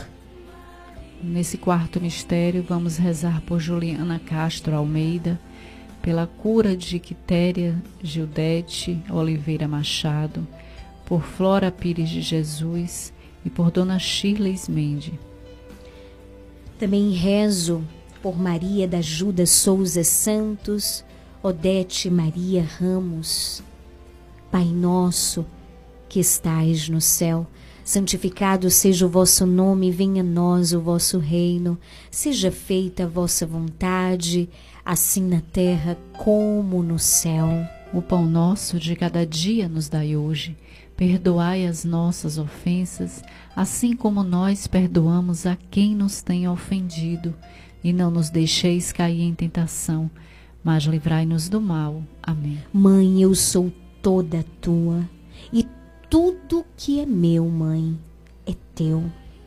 Nesse quarto mistério, vamos rezar por Juliana Castro Almeida, pela cura de Quitéria Gildete Oliveira Machado, por Flora Pires de Jesus e por Dona Shirley Ismende.
Também rezo por Maria da Ajuda Souza Santos, Odete Maria Ramos. Pai nosso, que estais no céu, santificado seja o vosso nome, venha a nós o vosso reino, seja feita a vossa vontade, assim na terra como no céu.
O pão nosso de cada dia nos dai hoje, perdoai as nossas ofensas, assim como nós perdoamos a quem nos tem ofendido, e não nos deixeis cair em tentação, mas livrai-nos do mal. Amém.
Mãe, eu sou toda tua, e Tudo que é meu, mãe, é teu.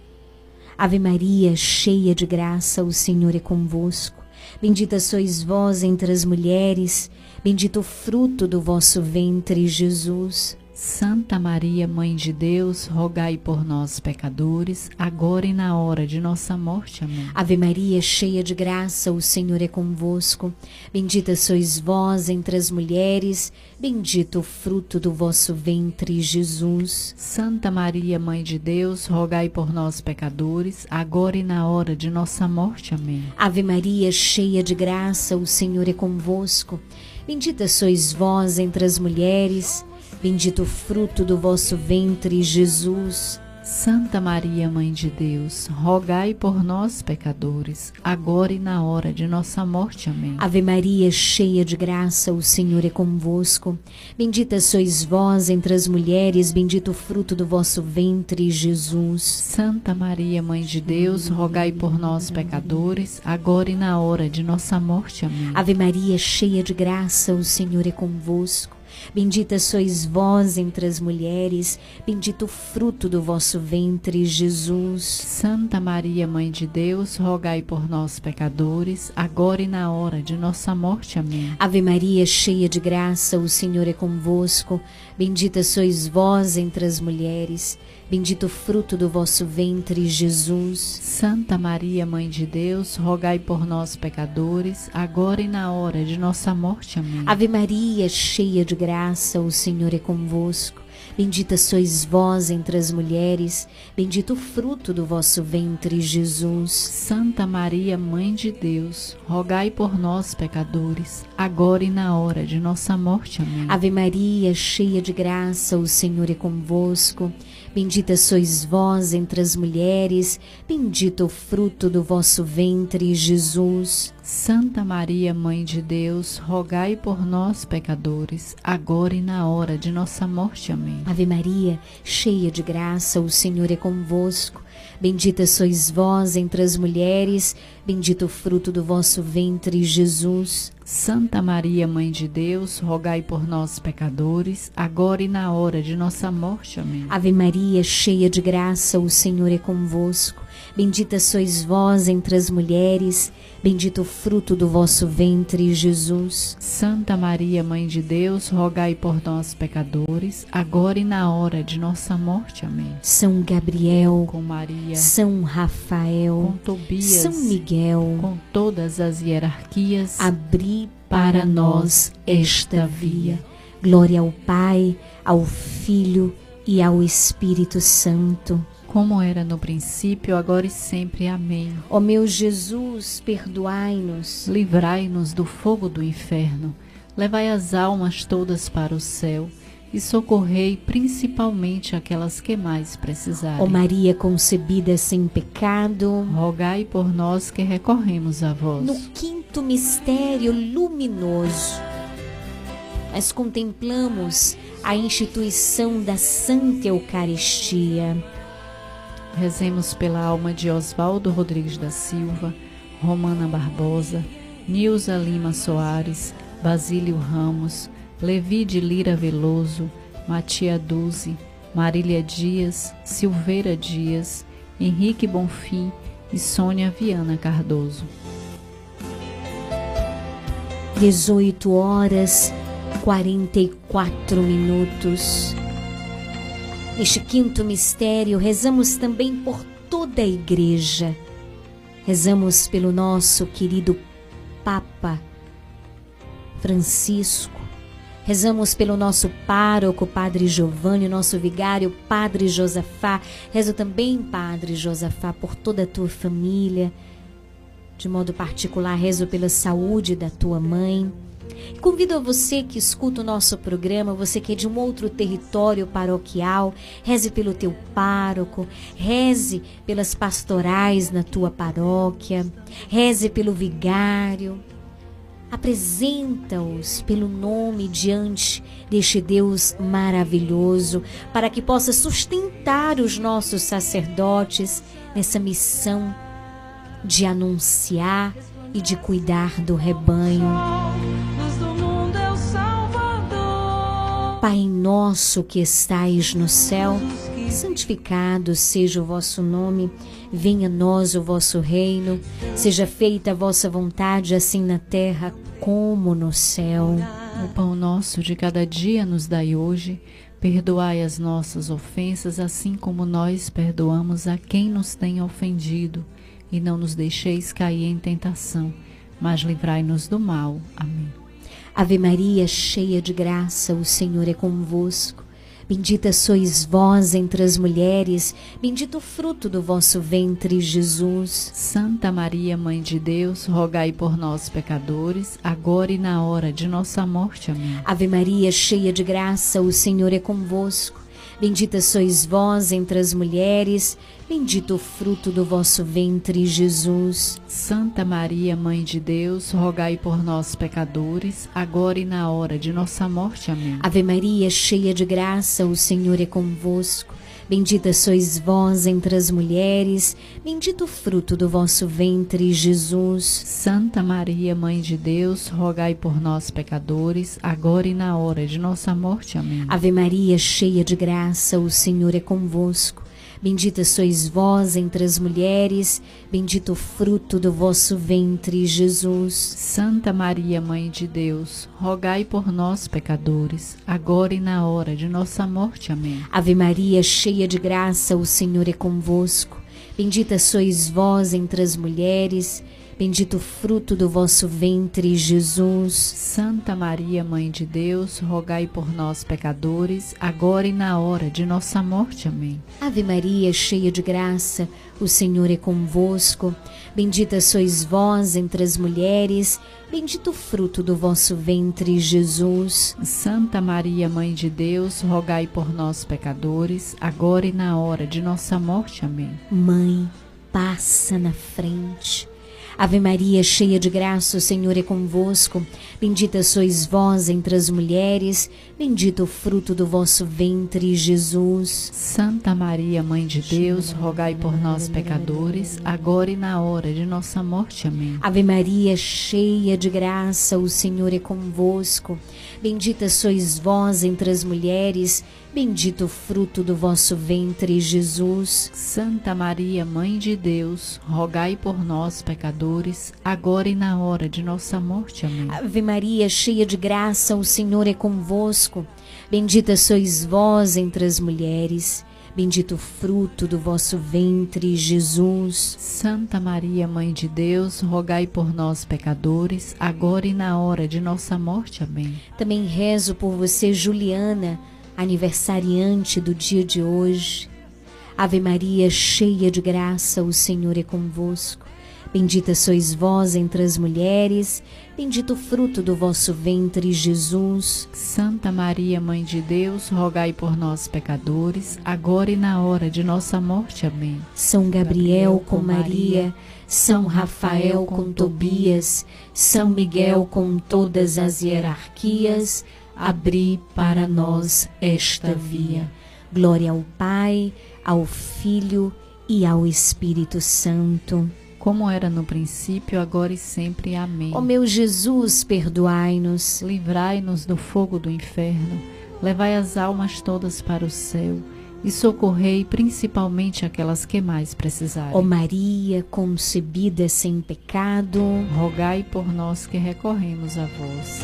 Ave Maria, cheia de graça, o Senhor é convosco. Bendita sois vós entre as mulheres, bendito o fruto do vosso ventre, Jesus.
Santa Maria, Mãe de Deus, rogai por nós, pecadores, agora e na hora de nossa morte. Amém.
Ave Maria, cheia de graça, o Senhor é convosco. Bendita sois vós entre as mulheres, bendito o fruto do vosso ventre, Jesus.
Santa Maria, Mãe de Deus, rogai por nós, pecadores, agora e na hora de nossa morte. Amém.
Ave Maria, cheia de graça, o Senhor é convosco. Bendita sois vós entre as mulheres, bendito o fruto do vosso ventre, Jesus.
Santa Maria, Mãe de Deus, rogai por nós, pecadores, agora e na hora de nossa morte. Amém.
Ave Maria, cheia de graça, o Senhor é convosco. Bendita sois vós entre as mulheres, bendito o fruto do vosso ventre, Jesus.
Santa Maria, Mãe de Deus, rogai por nós, pecadores, agora e na hora de nossa morte. Amém.
Ave Maria, cheia de graça, o Senhor é convosco. Bendita sois vós entre as mulheres, bendito o fruto do vosso ventre, Jesus.
Santa Maria, Mãe de Deus, rogai por nós, pecadores, agora e na hora de nossa morte. Amém.
Ave Maria, cheia de graça, o Senhor é convosco. Bendita sois vós entre as mulheres, bendito o fruto do vosso ventre, Jesus.
Santa Maria, Mãe de Deus, rogai por nós, pecadores, agora e na hora de nossa morte. Amém.
Ave Maria, cheia de graça, o Senhor é convosco. Bendita sois vós entre as mulheres, bendito o fruto do vosso ventre, Jesus.
Santa Maria, Mãe de Deus, rogai por nós, pecadores, agora e na hora de nossa morte. Amém.
Ave Maria, cheia de graça, o Senhor é convosco. Bendita sois vós entre as mulheres, bendito o fruto do vosso ventre, Jesus.
Santa Maria, Mãe de Deus, rogai por nós, pecadores, agora e na hora de nossa morte. Amém.
Ave Maria, cheia de graça, o Senhor é convosco. Bendita sois vós entre as mulheres, bendito o fruto do vosso ventre, Jesus.
Santa Maria, Mãe de Deus, rogai por nós, pecadores, agora e na hora de nossa morte. Amém.
Ave Maria, cheia de graça, o Senhor é convosco. Bendita sois vós entre as mulheres, bendito o fruto do vosso ventre, Jesus.
Santa Maria, Mãe de Deus, rogai por nós, pecadores, agora e na hora de nossa morte. Amém.
São Gabriel,
com Maria,
São Rafael,
com Tobias,
São Miguel,
com todas as hierarquias,
abri para nós esta via. Glória ao Pai, ao Filho e ao Espírito Santo,
como era no princípio, agora e sempre. Amém.
Ó meu Jesus, perdoai-nos,
livrai-nos do fogo do inferno, levai as almas todas para o céu e socorrei principalmente aquelas que mais precisarem.
Ó Maria concebida sem pecado,
rogai por nós que recorremos a vós.
No quinto mistério luminoso, nós contemplamos a instituição da Santa Eucaristia.
Rezemos pela alma de Oswaldo Rodrigues da Silva, Romana Barbosa, Nilza Lima Soares, Basílio Ramos, Levi de Lira Veloso, Matia Duzi, Marília Dias, Silveira Dias, Henrique Bonfim e Sônia Viana Cardoso.
dezoito horas quarenta e quatro minutos. Neste quinto mistério, rezamos também por toda a Igreja. Rezamos pelo nosso querido Papa Francisco. Rezamos pelo nosso pároco, Padre Giovanni, nosso vigário, Padre Josafá. Rezo também, Padre Josafá, por toda a tua família. De modo particular, rezo pela saúde da tua mãe. Convido a você que escuta o nosso programa, você que é de um outro território paroquial, reze pelo teu pároco, reze pelas pastorais na tua paróquia, reze pelo vigário. Apresenta-os pelo nome diante deste Deus maravilhoso, para que possa sustentar os nossos sacerdotes nessa missão de anunciar e de cuidar do rebanho. Pai nosso que estais no céu, santificado seja o vosso nome, venha a nós o vosso reino, seja feita a vossa vontade, assim na terra como no céu.
O pão nosso de cada dia nos dai hoje, perdoai as nossas ofensas, assim como nós perdoamos a quem nos tem ofendido, e não nos deixeis cair em tentação, mas livrai-nos do mal. Amém.
Ave Maria, cheia de graça, o Senhor é convosco. Bendita sois vós entre as mulheres, bendito o fruto do vosso ventre, Jesus.
Santa Maria, Mãe de Deus, rogai por nós, pecadores, agora e na hora de nossa morte. Amém.
Ave Maria, cheia de graça, o Senhor é convosco. Bendita sois vós entre as mulheres, bendito o fruto do vosso ventre, Jesus.
Santa Maria, Mãe de Deus, rogai por nós, pecadores, agora e na hora de nossa morte. Amém.
Ave Maria, cheia de graça, o Senhor é convosco. Bendita sois vós entre as mulheres, bendito o fruto do vosso ventre, Jesus.
Santa Maria, Mãe de Deus, rogai por nós, pecadores, agora e na hora de nossa morte. Amém.
Ave Maria, cheia de graça, o Senhor é convosco. Bendita sois vós entre as mulheres, bendito o fruto do vosso ventre, Jesus.
Santa Maria, Mãe de Deus, rogai por nós, pecadores, agora e na hora de nossa morte. Amém.
Ave Maria, cheia de graça, o Senhor é convosco. Bendita sois vós entre as mulheres, bendito o fruto do vosso ventre, Jesus.
Santa Maria, Mãe de Deus, rogai por nós, pecadores, agora e na hora de nossa morte. Amém.
Ave Maria, cheia de graça, o Senhor é convosco. Bendita sois vós entre as mulheres, bendito o fruto do vosso ventre, Jesus.
Santa Maria, Mãe de Deus, rogai por nós, pecadores, agora e na hora de nossa morte. Amém.
Mãe, passa na frente. Ave Maria, cheia de graça, o Senhor é convosco. Bendita sois vós entre as mulheres, bendito o fruto do vosso ventre, Jesus.
Santa Maria, Mãe de Deus, rogai por nós, pecadores, agora e na hora de nossa morte. Amém.
Ave Maria, cheia de graça, o Senhor é convosco. Bendita sois vós entre as mulheres, bendito o fruto do vosso ventre, Jesus.
Santa Maria, Mãe de Deus, rogai por nós, pecadores, agora e na hora de nossa morte. Amém.
Ave Maria, cheia de graça, o Senhor é convosco. Bendita sois vós entre as mulheres, bendito o fruto do vosso ventre, Jesus.
Santa Maria, Mãe de Deus, rogai por nós, pecadores, agora e na hora de nossa morte. Amém.
Também rezo por você, Juliana, aniversariante do dia de hoje. Ave Maria, cheia de graça, o Senhor é convosco. Bendita sois vós entre as mulheres, bendito o fruto do vosso ventre, Jesus.
Santa Maria, Mãe de Deus, rogai por nós, pecadores, agora e na hora de nossa morte. Amém.
São Gabriel com Maria, São Rafael com Tobias, São Miguel com todas as hierarquias, abri para nós esta via. Glória ao Pai, ao Filho e ao Espírito Santo.
Como era no princípio, agora e sempre. Amém.
Ó meu Jesus, perdoai-nos.
Livrai-nos do fogo do inferno. Levai as almas todas para o céu e socorrei principalmente aquelas que mais precisarem.
Ó Maria, concebida sem pecado,
rogai por nós que recorremos a vós.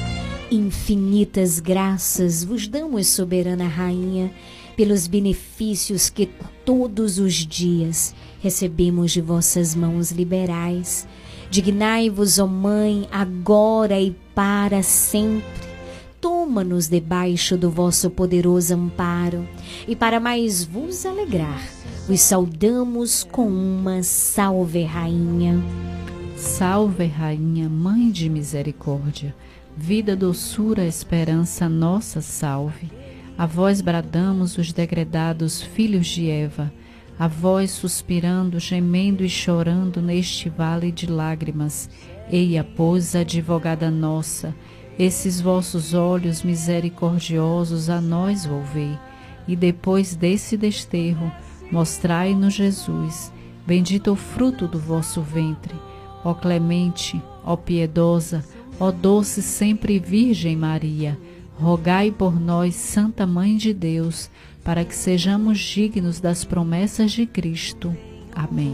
Infinitas graças vos damos, soberana Rainha, pelos benefícios que todos os dias recebemos de vossas mãos liberais. Dignai-vos, ó Mãe, agora e para sempre. Toma-nos debaixo do vosso poderoso amparo, e para mais vos alegrar, vos saudamos com uma Salve, Rainha.
Salve, Rainha, Mãe de misericórdia, vida, doçura, esperança, nossa salve. A vós bradamos os degredados filhos de Eva, a vós suspirando, gemendo e chorando neste vale de lágrimas. Eia, pois, advogada nossa, esses vossos olhos misericordiosos a nós volvei, e depois desse desterro, mostrai-nos Jesus, bendito o fruto do vosso ventre. Ó clemente, ó piedosa, ó doce sempre Virgem Maria, rogai por nós, Santa Mãe de Deus, para que sejamos dignos das promessas de Cristo. Amém.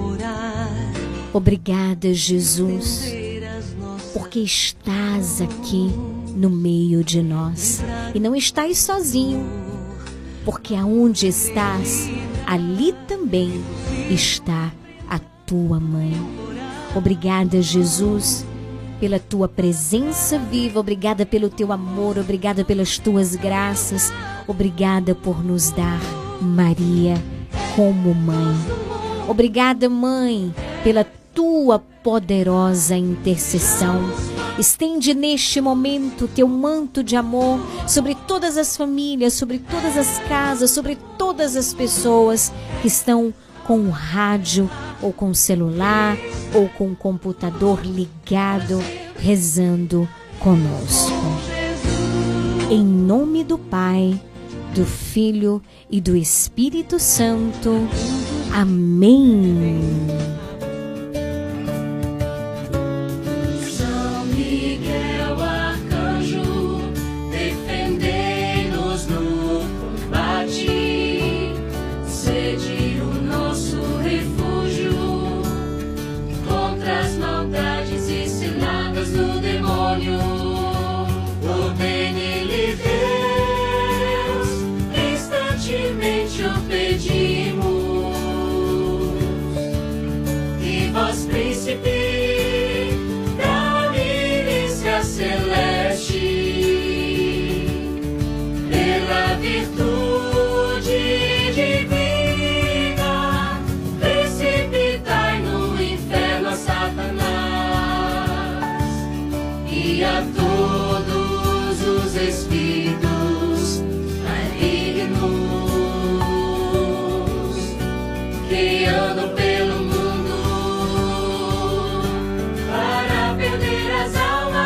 Obrigada, Jesus, porque estás aqui no meio de nós e não estás sozinho, porque aonde estás, ali também está a tua mãe. Obrigada, Jesus, pela tua presença viva, obrigada pelo teu amor, obrigada pelas tuas graças, obrigada por nos dar Maria como mãe. Obrigada, mãe, pela tua poderosa intercessão. Estende neste momento teu manto de amor sobre todas as famílias, sobre todas as casas, sobre todas as pessoas que estão com o rádio ou com o celular ou com o computador ligado, rezando conosco. Em nome do Pai, do Filho e do Espírito Santo. Amém.
São Miguel Arcanjo, defendei-nos no combate, sede o nosso refúgio contra as maldades e ciladas do demônio. Ordene-lhe Deus, instantemente o pedimos. Vós, príncipe da milícia celeste, pela virtude divina, precipitai no inferno a Satanás e a todos os espíritos malignos que andam pelo mundo perder as almas.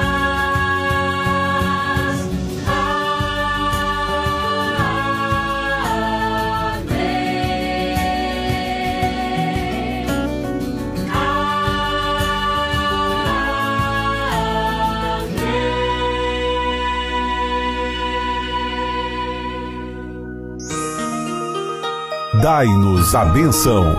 Dai-nos a bênção.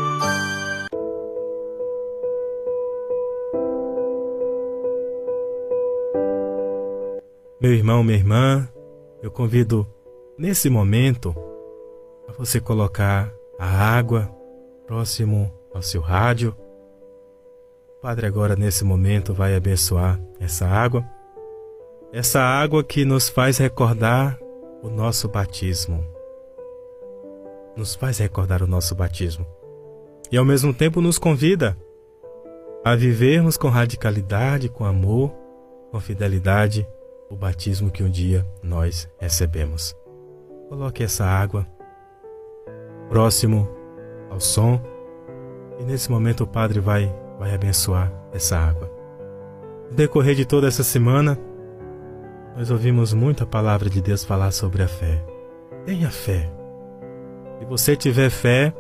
Meu irmão, minha irmã, eu convido nesse momento a você colocar a água próximo ao seu rádio. O Padre agora nesse momento vai abençoar essa água. Essa água que nos faz recordar o nosso batismo. Nos faz recordar o nosso batismo. E ao mesmo tempo nos convida a vivermos com radicalidade, com amor, com fidelidade, o batismo que um dia nós recebemos. Coloque essa água próximo ao som e nesse momento o Padre vai, vai abençoar essa água. No decorrer de toda essa semana, nós ouvimos muita palavra de Deus falar sobre a fé. Tenha fé. Se você tiver fé,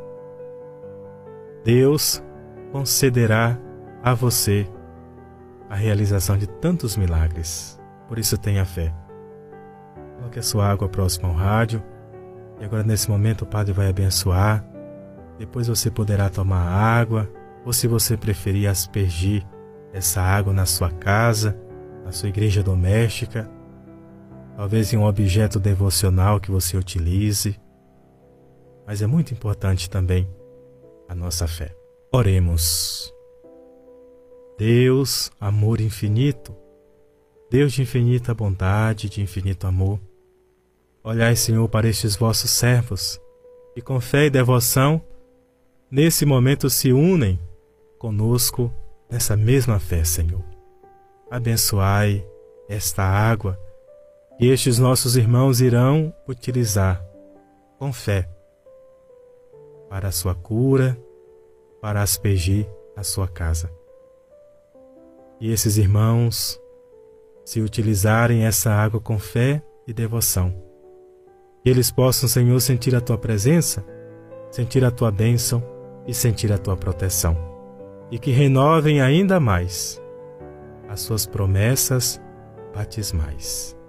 Deus concederá a você a realização de tantos milagres. Por isso tenha fé. Coloque a sua água próxima ao rádio. E agora nesse momento o Padre vai abençoar. Depois você poderá tomar água. Ou se você preferir, aspergir essa água na sua casa, na sua igreja doméstica. Talvez em um objeto devocional que você utilize. Mas é muito importante também a nossa fé. Oremos. Deus, amor infinito, Deus de infinita bondade, de infinito amor, olhai, Senhor, para estes vossos servos, que com fé e devoção, nesse momento se unem conosco nessa mesma fé, Senhor. Abençoai esta água que estes nossos irmãos irão utilizar com fé para a sua cura, para aspergir a sua casa. E esses irmãos, se utilizarem essa água com fé e devoção, que eles possam, Senhor, sentir a Tua presença, sentir a Tua bênção e sentir a Tua proteção. E que renovem ainda mais as Suas promessas batismais.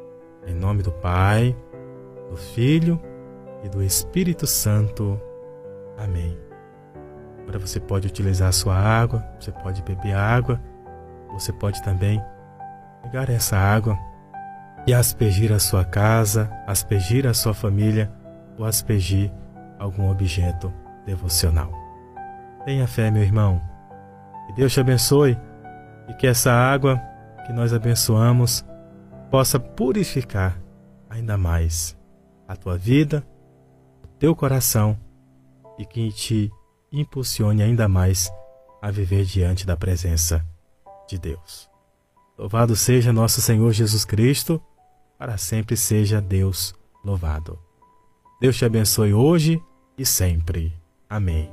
Em nome do Pai, do Filho e do Espírito Santo. Amém. Agora você pode utilizar a sua água, você pode beber água, você pode também pegar essa água e aspergir a sua casa, aspergir a sua família ou aspergir algum objeto devocional. Tenha fé, meu irmão. Que Deus te abençoe e que essa água que nós abençoamos possa purificar ainda mais a tua vida, o teu coração e que te impulsione ainda mais a viver diante da presença de Deus. Louvado seja nosso Senhor Jesus Cristo, para sempre seja Deus louvado. Deus te abençoe hoje e sempre. Amém.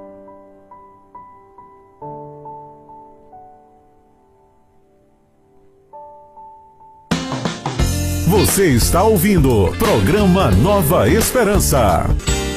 Você está ouvindo Programa Nova Esperança.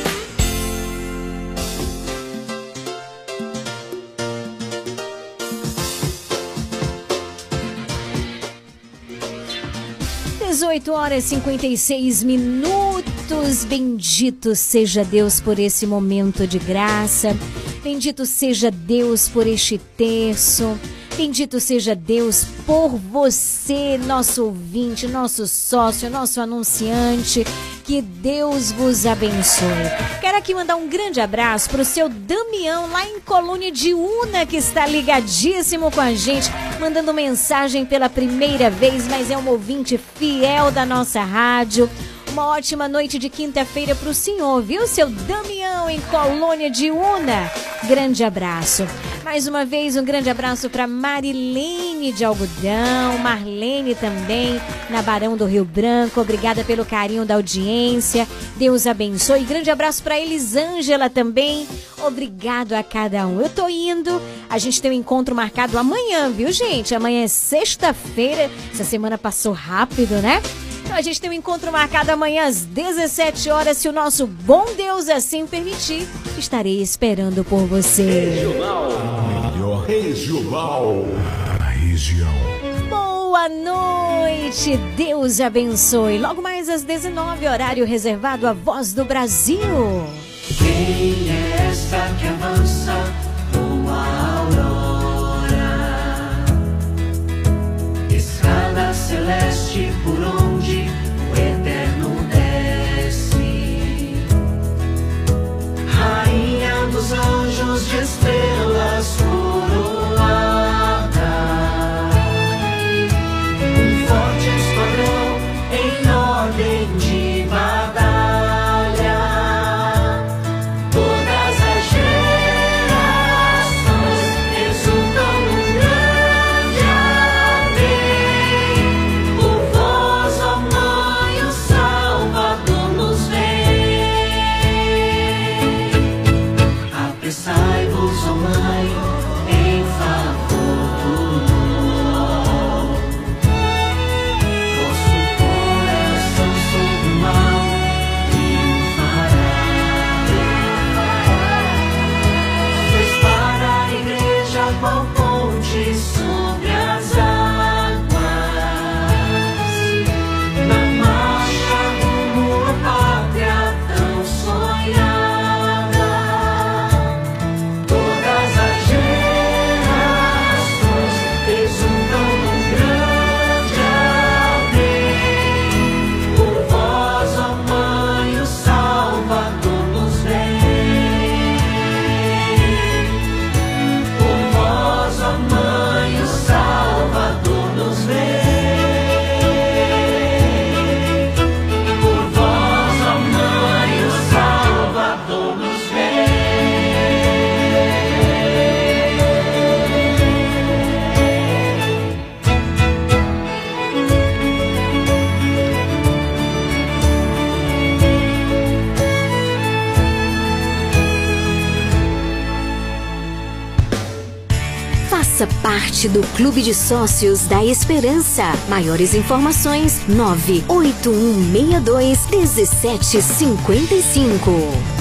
dezoito horas e cinquenta e seis minutos. Bendito seja Deus por esse momento de graça. Bendito seja Deus por este terço. Bendito seja Deus por você, nosso ouvinte, nosso sócio, nosso anunciante. Que Deus vos abençoe. Quero aqui mandar um grande abraço para o seu Damião, lá em Colônia de Una, que está ligadíssimo com a gente, mandando mensagem pela primeira vez, mas é um ouvinte fiel da nossa rádio. Uma ótima noite de quinta-feira para o senhor, viu, seu Damião, em Colônia de Una? Grande abraço. Mais uma vez, um grande abraço para Marilene de Algodão, Marlene também, na Barão do Rio Branco. Obrigada pelo carinho da audiência. Deus abençoe. Grande abraço para Elisângela também. Obrigado a cada um. Eu tô indo. A gente tem um encontro marcado amanhã, viu, gente? Amanhã é sexta-feira. Essa semana passou rápido, né? Então a gente tem um encontro marcado amanhã às dezessete horas, se o nosso bom Deus assim permitir. Estarei esperando por você.
Regional. Melhor regional da região.
Boa noite, Deus abençoe. Logo mais às dezenove, horário reservado à Voz do Brasil.
Quem é esta que avança como a aurora? Escada celeste por onde o eterno desce. Rainha dos anjos de estrelas coroada. Um forte esquadrão em ordem de batalha. Sai-vos, ó Mãe, em favor do mal. Vosso coração sob o mal triunfará. Pois para a igreja qual ponte sobre as águas, na marcha rumo à pátria tão sonhada.
Faça parte do Clube de Sócios da Esperança. Maiores informações nove oito um seis dois um sete cinco cinco.